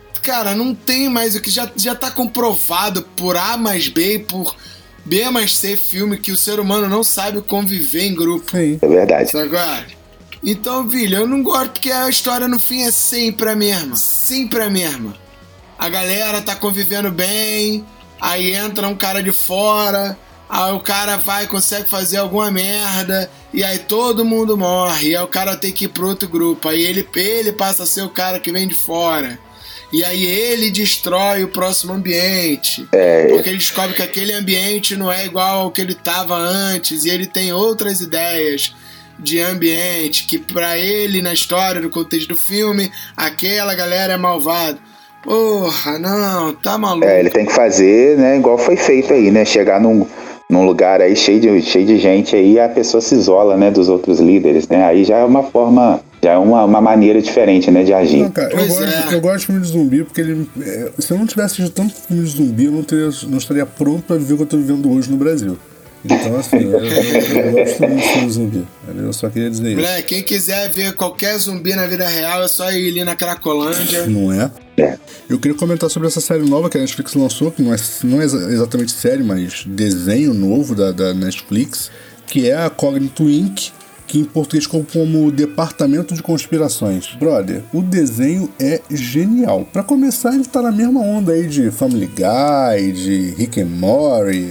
não tem mais o que já tá comprovado por A mais B e por B mais C filme que o ser humano não sabe conviver em grupo. Sim. É verdade. Agora, então, filho, eu não gosto porque a história no fim é sempre a mesma. Sempre a mesma. A galera tá convivendo bem, aí entra um cara de fora, aí o cara consegue fazer alguma merda, e aí todo mundo morre, e aí o cara tem que ir pro outro grupo, aí ele passa a ser o cara que vem de fora. E aí ele destrói o próximo ambiente. Porque ele descobre que aquele ambiente não é igual ao que ele estava antes. E ele tem outras ideias de ambiente. Que pra ele, na história, no contexto do filme, aquela galera é malvada. Porra, não, tá maluco. Ele tem que fazer, né, igual foi feito aí, né? Chegar num lugar aí cheio de gente aí, a pessoa se isola, né, dos outros líderes, né? Aí já é uma forma... Já é uma maneira diferente, né, de agir. Não, cara, eu gosto de filme de zumbi porque se eu não tivesse assistido tanto filme de zumbi, eu não estaria pronto pra viver o que eu tô vivendo hoje no Brasil. Então, assim, eu gosto muito de filme de zumbi. Eu só queria dizer isso. Moleque, quem quiser ver qualquer zumbi na vida real, é só ir ali na Cracolândia. Não é? Eu queria comentar sobre essa série nova que a Netflix lançou, que não é exatamente série, mas desenho novo da Netflix, que é a Cognito Inc., que em português ficou como Departamento de Conspirações. Brother, o desenho é genial. Pra começar, ele tá na mesma onda aí de Family Guy, de Rick and Morty,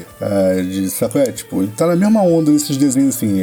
tipo, ele tá na mesma onda desses desenhos assim.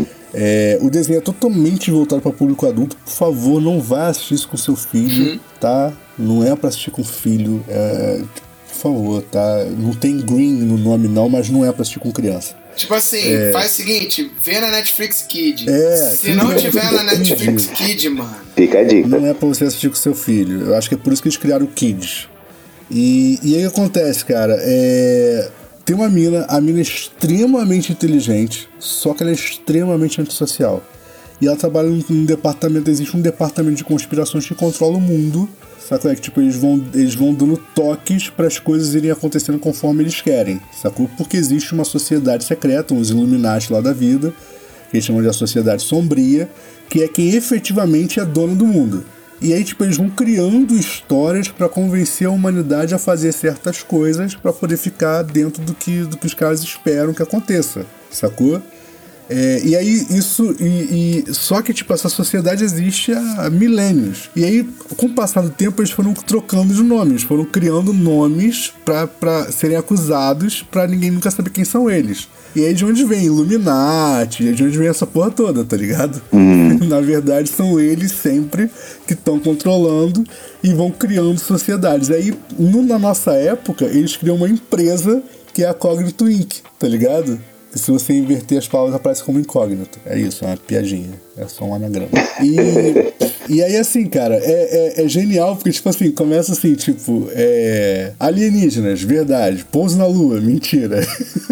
O desenho é totalmente voltado para público adulto. Por favor, não vá assistir isso com seu filho, tá? Não é pra assistir com filho. Por favor, tá? Não tem green no nome não, mas não é pra assistir com criança. Tipo assim, faz o seguinte, vê na Netflix Kid. Se não tiver na Netflix Kid, mano... Fica a dica. Não é pra você assistir com seu filho. Eu acho que é por isso que eles criaram o Kids. E aí o que acontece, cara? Tem uma mina, a mina é extremamente inteligente, só que ela é extremamente antissocial. E ela trabalha num departamento, existe um departamento de conspirações que controla o mundo. Sacou? Tipo, eles vão dando toques para as coisas irem acontecendo conforme eles querem, sacou? Porque existe uma sociedade secreta, uns Illuminati lá da vida, que eles chamam de a sociedade sombria, que é quem efetivamente é dono do mundo. E aí, tipo, eles vão criando histórias para convencer a humanidade a fazer certas coisas para poder ficar dentro do que os caras esperam que aconteça, sacou? E aí isso. Só que, tipo, essa sociedade existe há milênios. E aí, com o passar do tempo, eles foram trocando de nomes, foram criando nomes pra serem acusados, pra ninguém nunca saber quem são eles. E aí de onde vem Illuminati, de onde vem essa porra toda, tá ligado? Na verdade, são eles sempre que estão controlando e vão criando sociedades. Aí, na nossa época, eles criam uma empresa que é a Cognito Inc., tá ligado? Que se você inverter as palavras, aparece como incógnito. É isso, é uma piadinha. É só um anagrama. E aí, assim, cara, é genial, porque, tipo assim, começa assim, tipo, alienígenas, verdade. Pouso na lua, mentira.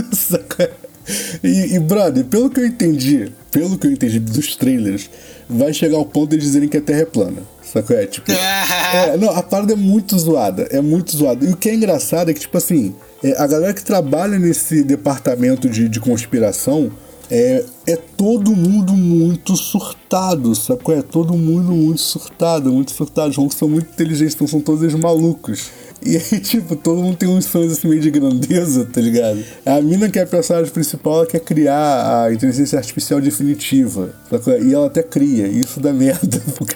E, brother, pelo que eu entendi dos trailers, vai chegar ao ponto de eles dizerem que a Terra é plana. Sacou? Tipo, não, a parada é muito zoada. E o que é engraçado é que, tipo assim, a galera que trabalha nesse departamento de conspiração é todo mundo muito surtado, sacou? É todo mundo muito surtado. São muito inteligentes, então são todos eles malucos. E aí, tipo, todo mundo tem uns sonhos assim meio de grandeza, tá ligado? A mina que é a personagem principal, ela quer criar a inteligência artificial definitiva, sacou? E ela até cria, e isso dá merda, porque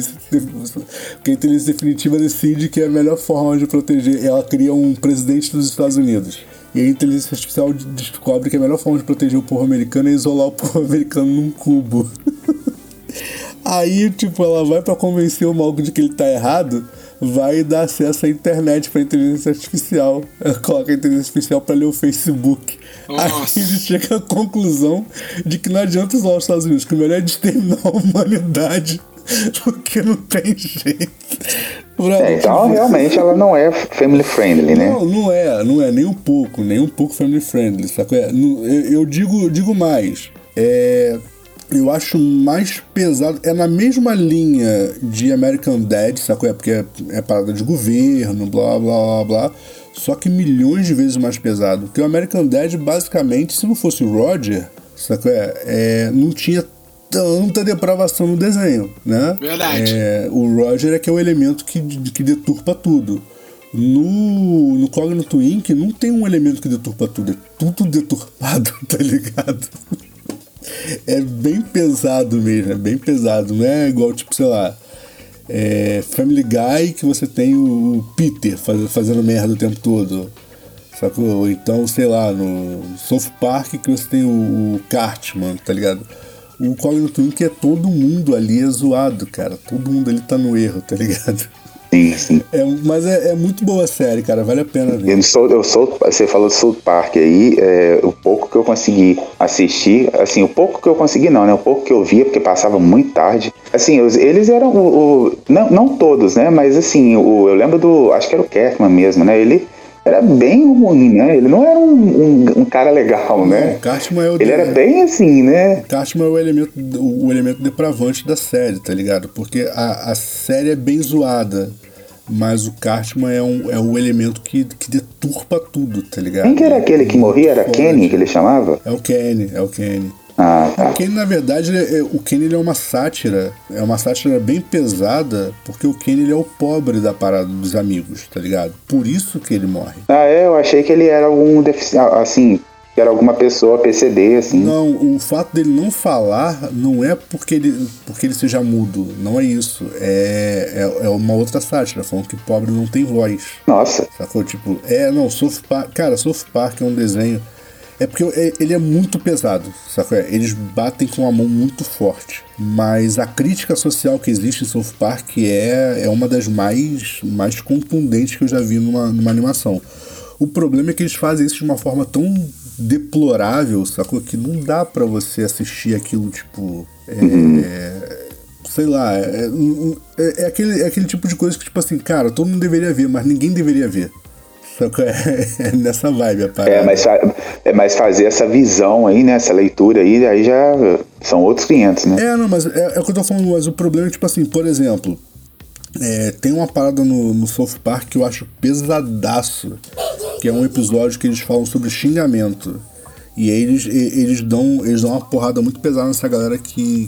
a inteligência definitiva decide que é a melhor forma de proteger. Ela cria um presidente dos Estados Unidos. E a inteligência artificial descobre que a melhor forma de proteger o povo americano é isolar o povo americano num cubo. Aí, tipo, ela vai pra convencer o maluco de que ele tá errado, vai dar acesso à internet pra inteligência artificial. Ela coloca a inteligência artificial pra ler o Facebook. Nossa. Aí ele chega à conclusão de que não adianta usar os Estados Unidos, que o melhor é exterminar a humanidade, porque não tem jeito. Então, realmente, ela não é family friendly, né? Não é nem um pouco family friendly, sacou? Eu digo mais. Eu acho mais pesado. É na mesma linha de American Dad, sacou? Porque é parada de governo, blá blá blá blá. Só que milhões de vezes mais pesado. Porque o American Dad, basicamente, se não fosse o Roger, sacou? Não tinha tanta depravação no desenho, né? Verdade. O Roger é que é o elemento que deturpa tudo. No Cognito Inc. não tem um elemento que deturpa tudo. É tudo deturpado, tá ligado? É bem pesado mesmo, é bem pesado. Não é igual, tipo, sei lá, Family Guy, que você tem o Peter fazendo merda o tempo todo, sacou? Ou então, sei lá, no South Park, que você tem o Cartman, tá ligado? O Cognito Inc. é todo mundo ali é zoado, cara. Todo mundo ali tá no erro, tá ligado? Sim. Mas é muito boa a série, cara. Vale a pena ver. Você falou do South Park aí, o pouco que eu consegui assistir, assim, o pouco que eu consegui não, né? O pouco que eu via, porque passava muito tarde. Assim, eles eram não todos, né? Mas assim, eu lembro acho que era o Cartman mesmo, né? Ele era bem ruim, né? Ele não era um cara legal, né? O Cartman ele era bem assim, né? O Cartman é o elemento depravante da série, tá ligado? Porque a série é bem zoada, mas o Cartman é o elemento que deturpa tudo, tá ligado? Quem que era aquele que morria? Era Kenny que ele chamava? É o Kenny. Ah, tá. O Kenny, na verdade, o Kenny ele é uma sátira. É uma sátira bem pesada, porque o Kenny ele é o pobre da parada dos amigos, tá ligado? Por isso que ele morre. Eu achei que ele era algum deficiente, assim, que era alguma pessoa PCD, assim. Não, o fato dele não falar não é porque ele seja mudo. Não é isso. É uma outra sátira, falando que pobre não tem voz. Nossa. Sacou? Tipo, South Park. Cara, South Park é um desenho. É porque ele é muito pesado, sacou? Eles batem com a mão muito forte. Mas a crítica social que existe em South Park é uma das mais contundentes que eu já vi numa animação. O problema é que eles fazem isso de uma forma tão deplorável, sacou? Que não dá pra você assistir aquilo, tipo... sei lá, é aquele tipo de coisa que, tipo assim, cara, todo mundo deveria ver, mas ninguém deveria ver. É nessa vibe a parada. Mas fazer essa visão aí, né? Essa leitura aí já são outros 500, né? Não, mas é o que eu tô falando, mas o problema é, tipo assim, por exemplo, tem uma parada no South Park que eu acho pesadaço, que é um episódio que eles falam sobre xingamento. E aí eles dão uma porrada muito pesada nessa galera que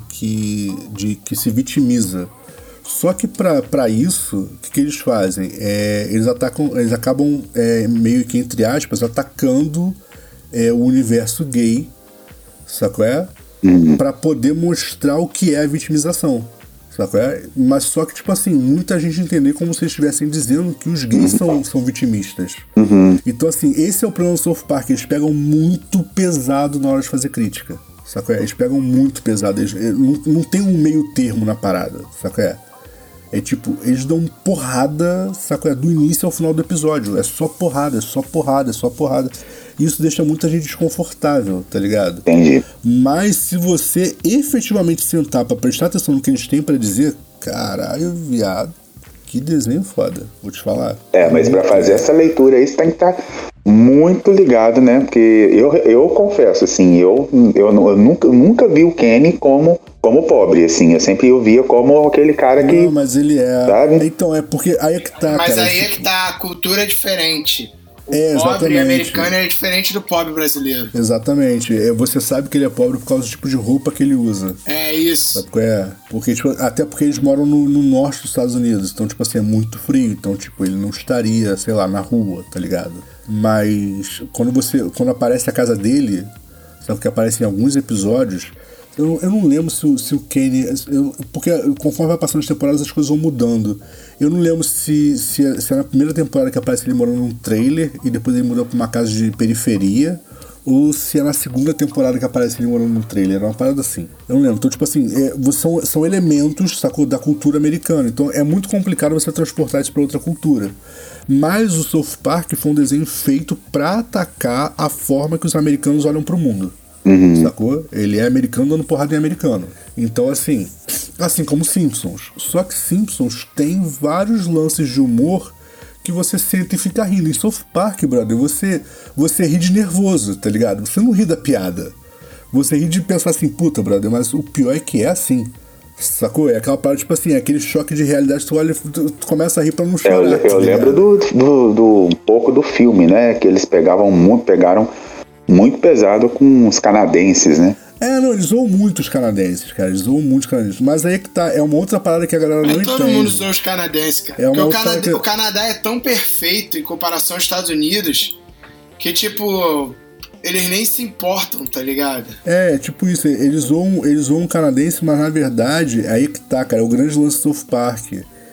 se vitimiza. Só que pra isso, o que eles fazem? Eles acabam meio que, entre aspas, atacando o universo gay, sacou? pra poder mostrar o que é a vitimização. Sabe? Mas só que, tipo assim, muita gente entender como se eles estivessem dizendo que os gays são vitimistas. Então, assim, esse é o problema do South Park. Eles pegam muito pesado na hora de fazer crítica. Sabe? Eles pegam muito pesado. Eles não tem um meio termo na parada. Sabe? É tipo, eles dão porrada, sabe? Do início ao final do episódio. É só porrada, é só porrada, é só porrada. Isso deixa muita gente desconfortável, tá ligado? Entendi. Mas se você efetivamente sentar pra prestar atenção no que eles têm pra dizer, caralho, viado, que desenho foda, vou te falar. Mas pra fazer essa leitura aí, você tem que estar muito ligado, né? Porque eu confesso, assim, eu nunca vi o Kenny como pobre, assim. Eu sempre o via como aquele cara que... Não, mas ele é... Sabe? Então, é porque aí é que tá, mas cara. Aí é que tá, a cultura é diferente. O pobre exatamente. americano é diferente do pobre brasileiro. Exatamente. Você sabe que ele é pobre por causa do tipo de roupa que ele usa. É isso. Sabe qual é? Porque, tipo, até porque eles moram no norte dos Estados Unidos. Então, tipo assim, é muito frio. Então, tipo, ele não estaria, sei lá, na rua, tá ligado? Mas quando aparece a casa dele, sabe que aparece em alguns episódios... Eu não lembro se o Kenny... porque conforme vai passando as temporadas, as coisas vão mudando. Eu não lembro se é na primeira temporada que aparece ele morando num trailer e depois ele muda pra uma casa de periferia, ou se é na segunda temporada que aparece ele morando num trailer. É uma parada assim. Eu não lembro. Então, tipo assim, são elementos, sacou, da cultura americana. Então é muito complicado você transportar isso pra outra cultura. Mas o South Park foi um desenho feito pra atacar a forma que os americanos olham pro mundo. Sacou? Ele é americano dando porrada em americano. Então, assim como Simpsons. Só que Simpsons tem vários lances de humor que você sente e fica rindo. Em South Park, brother, você ri de nervoso, tá ligado? Você não ri da piada. Você ri de pensar assim, puta, brother, mas o pior é que é assim. Sacou? É aquela parada, tipo assim, aquele choque de realidade, tu olha, tu começa a rir pra não chorar. Eu lembro do um pouco do filme, né? Que eles pegaram muito pesado com os canadenses, né? Não, eles zoam muito os canadenses, cara. Eles zoam muito os canadenses. Mas aí que tá, é uma outra parada que a galera não entende. Todo mundo zoa os canadenses, cara. Porque o Canadá é tão perfeito em comparação aos Estados Unidos que, tipo, eles nem se importam, tá ligado? Tipo isso. Eles zoam o canadense, mas na verdade, aí que tá, cara. O grande lance do South Park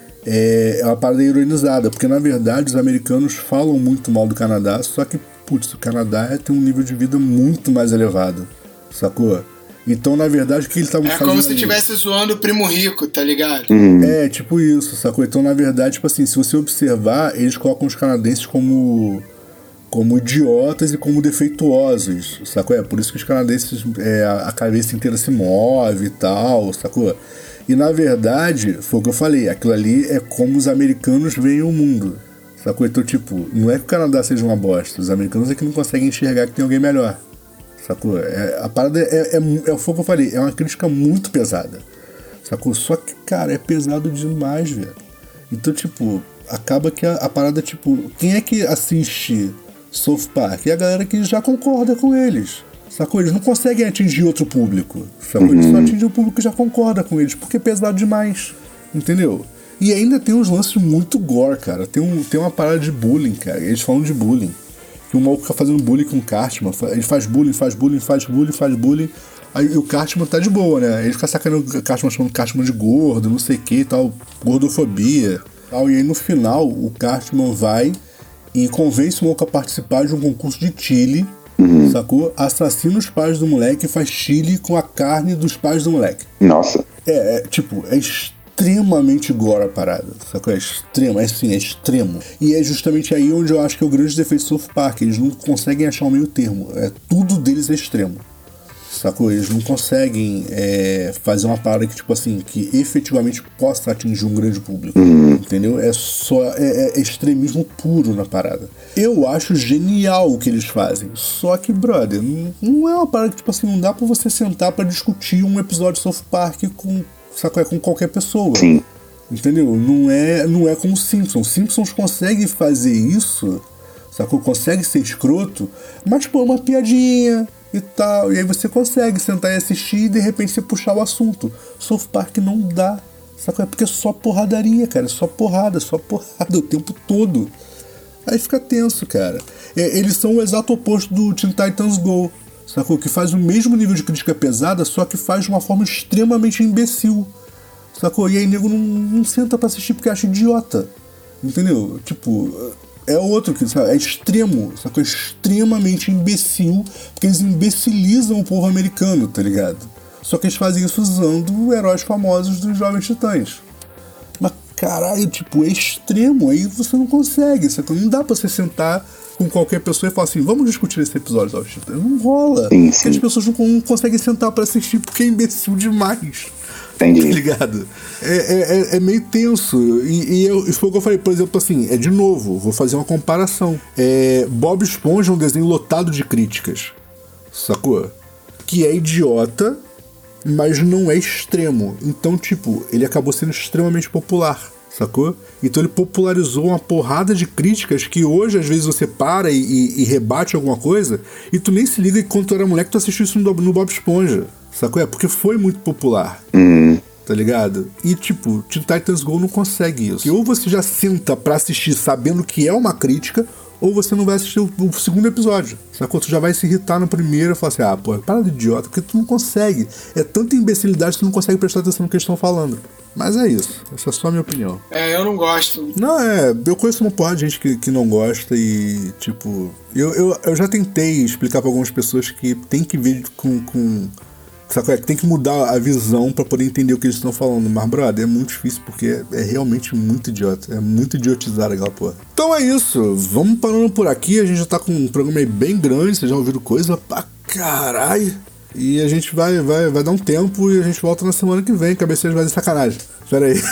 é uma parada ironizada. Porque na verdade os americanos falam muito mal do Canadá, só que putz, o Canadá tem um nível de vida muito mais elevado, sacou? Então, na verdade, o que ele tava fazendo... É como se estivesse zoando o primo rico, tá ligado? Tipo isso, sacou? Então, na verdade, tipo assim, se você observar, eles colocam os canadenses como idiotas e como defeituosos, sacou? Por isso que os canadenses, a cabeça inteira se move e tal, sacou? E, na verdade, foi o que eu falei, aquilo ali é como os americanos veem o mundo. Sacou? Então, tipo, não é que o Canadá seja uma bosta. Os americanos é que não conseguem enxergar que tem alguém melhor. Sacou? A parada é o que eu falei. É uma crítica muito pesada. Sacou? Só que, cara, é pesado demais, velho. Então, tipo, acaba que a parada, tipo... Quem é que assiste South Park? É a galera que já concorda com eles. Sacou? Eles não conseguem atingir outro público. Sacou? Eles só atingem o público que já concorda com eles. Porque é pesado demais. Entendeu? E ainda tem uns lances muito gore, cara. Tem uma parada de bullying, cara. Eles falam de bullying. Que o maluco fica fazendo bullying com o Cartman. Ele faz bullying. Aí o Cartman tá de boa, né? Ele fica sacaneando o Cartman, chamando o Cartman de gordo, não sei o que e tal. Gordofobia. Tal. E aí no final, o Cartman vai e convence o maluco a participar de um concurso de chili. Sacou? Assassina os pais do moleque e faz chili com a carne dos pais do moleque. Nossa. É extremamente gore a parada, sacou? É extremo, é extremo. E é justamente aí onde eu acho que é o grande defeito do South Park. Eles não conseguem achar um meio termo. Tudo deles é extremo, sacou? Eles não conseguem fazer uma parada que, tipo assim, que efetivamente possa atingir um grande público, entendeu? É extremismo puro na parada. Eu acho genial o que eles fazem, só que, brother, não é uma parada que, tipo assim, não dá pra você sentar pra discutir um episódio de South Park com qualquer pessoa. Sim. Entendeu? Não é como Simpsons. Simpsons consegue fazer isso, sacou? Consegue ser escroto, mas pô, uma piadinha e tal. E aí você consegue sentar e assistir e de repente você puxar o assunto. South Park não dá, sacou? É porque é só porradaria, cara. É só porrada o tempo todo. Aí fica tenso, cara. Eles são o exato oposto do Teen Titans Go. sacou? Que faz o mesmo nível de crítica pesada, só que faz de uma forma extremamente imbecil, sacou? E aí nego não senta pra assistir porque acha idiota, entendeu? Tipo, é outro que, sabe? É extremo, sacou? É extremamente imbecil, porque eles imbecilizam o povo americano, tá ligado? Só que eles fazem isso usando heróis famosos dos Jovens Titãs. Mas caralho, tipo, é extremo, aí você não consegue, sacou? Não dá pra você sentar com qualquer pessoa e falar assim, vamos discutir esse episódio dos Jovens Titãs. Não rola. Sim. Porque as pessoas não conseguem sentar pra assistir porque é imbecil demais. Entendi. Tá ligado? É meio tenso. E foi o que eu falei, por exemplo, assim, de novo, vou fazer uma comparação. Bob Esponja é um desenho lotado de críticas, sacou? Que é idiota, mas não é extremo. Então, tipo, ele acabou sendo extremamente popular, sacou? Então ele popularizou uma porrada de críticas que hoje, às vezes, você para e rebate alguma coisa e tu nem se liga que quando tu era moleque tu assistiu isso no Bob Esponja, sacou? Porque foi muito popular. Tá ligado? E tipo, Teen Titans Go não consegue isso. E ou você já senta pra assistir sabendo que é uma crítica, ou você não vai assistir o segundo episódio, sacou? Tu já vai se irritar no primeiro e falar assim, pô, para de idiota, porque tu não consegue. É tanta imbecilidade que tu não consegue prestar atenção no que eles estão falando. Mas é isso, essa é só a minha opinião. Eu não gosto. Não, eu conheço uma porrada de gente que não gosta e, tipo... Eu já tentei explicar pra algumas pessoas que tem que ver com sacou? Tem que mudar a visão pra poder entender o que eles estão falando. Mas, brother, é muito difícil porque é realmente muito idiota. É muito idiotizado aquela porra. Então é isso. Vamos parando por aqui. A gente já tá com um programa aí bem grande. Vocês já ouviram coisa pra caralho. E a gente vai dar um tempo e a gente volta na semana que vem. Cabeceiras vai de sacanagem. Espera aí.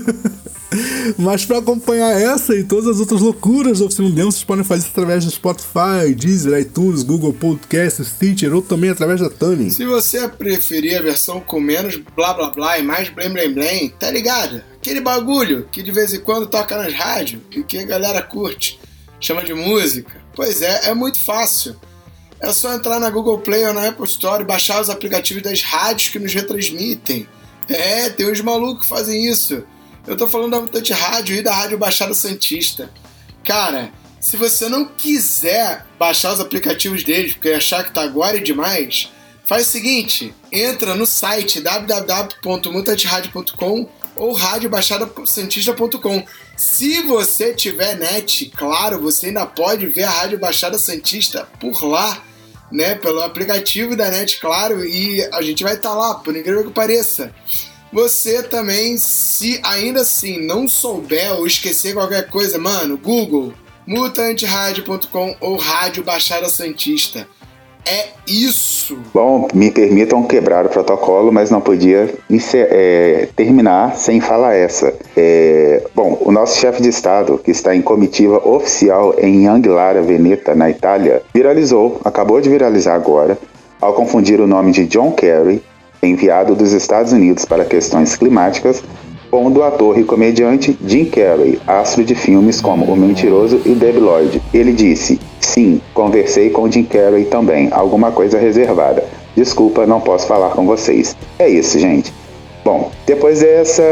Mas pra acompanhar essa e todas as outras loucuras da Oficina do Demo, vocês podem fazer isso através do Spotify, Deezer, iTunes, Google Podcasts, Stitcher ou também através da Tuning. Se você preferir a versão com menos blá blá blá e mais blém blém blém, tá ligado? Aquele bagulho que de vez em quando toca nas rádios e que a galera curte, chama de música. Pois é muito fácil. É só entrar na Google Play ou na Apple Store e baixar os aplicativos das rádios que nos retransmitem. Tem uns malucos que fazem isso. Eu tô falando da Mutante Rádio e da Rádio Baixada Santista. Cara, se você não quiser baixar os aplicativos deles porque achar que tá agora demais, faz o seguinte, entra no site www.mutanterádio.com ou radiobaixadasantista.com. Se você tiver net, claro, você ainda pode ver a Rádio Baixada Santista por lá, né, pelo aplicativo da net, claro, e a gente vai estar lá, por incrível que pareça. Você também, se ainda assim não souber ou esquecer qualquer coisa, mano, Google, mutanterádio.com ou Rádio Baixada Santista. É isso! Bom, me permitam quebrar o protocolo, mas não podia terminar sem falar essa. Bom, o nosso chefe de Estado, que está em comitiva oficial em Anguillara Veneta, na Itália, acabou de viralizar agora, ao confundir o nome de John Kerry, enviado dos Estados Unidos para questões climáticas, com o do ator e comediante Jim Carrey, astro de filmes como O Mentiroso e Debi Lloyd. Ele disse, sim, conversei com Jim Carrey também, alguma coisa reservada. Desculpa, não posso falar com vocês. É isso, gente. Bom, depois dessa...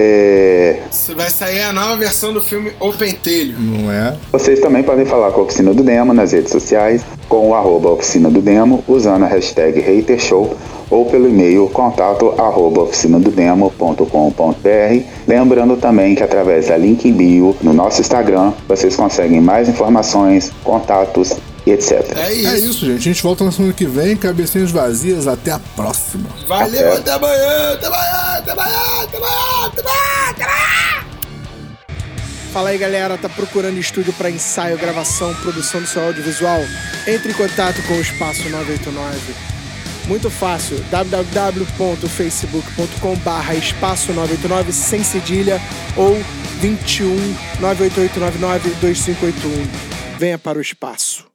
Vai sair a nova versão do filme O Pentelho. Não é? Vocês também podem falar com a Oficina do Demo nas redes sociais, com o @Oficina do Demo, usando a hashtag HaterShow, ou pelo e-mail contato@oficinadodemo.com.br. Lembrando também que através da link em bio no nosso Instagram, vocês conseguem mais informações, contatos e etc. É isso, gente. A gente volta na semana que vem, cabecinhas vazias. Até a próxima. Valeu, até amanhã. Fala aí, galera, tá procurando estúdio para ensaio, gravação, produção do seu audiovisual? Entre em contato com o Espaço 989. Muito fácil, www.facebook.com/espaço989 sem cedilha ou 21 98899 2581. Venha para o espaço.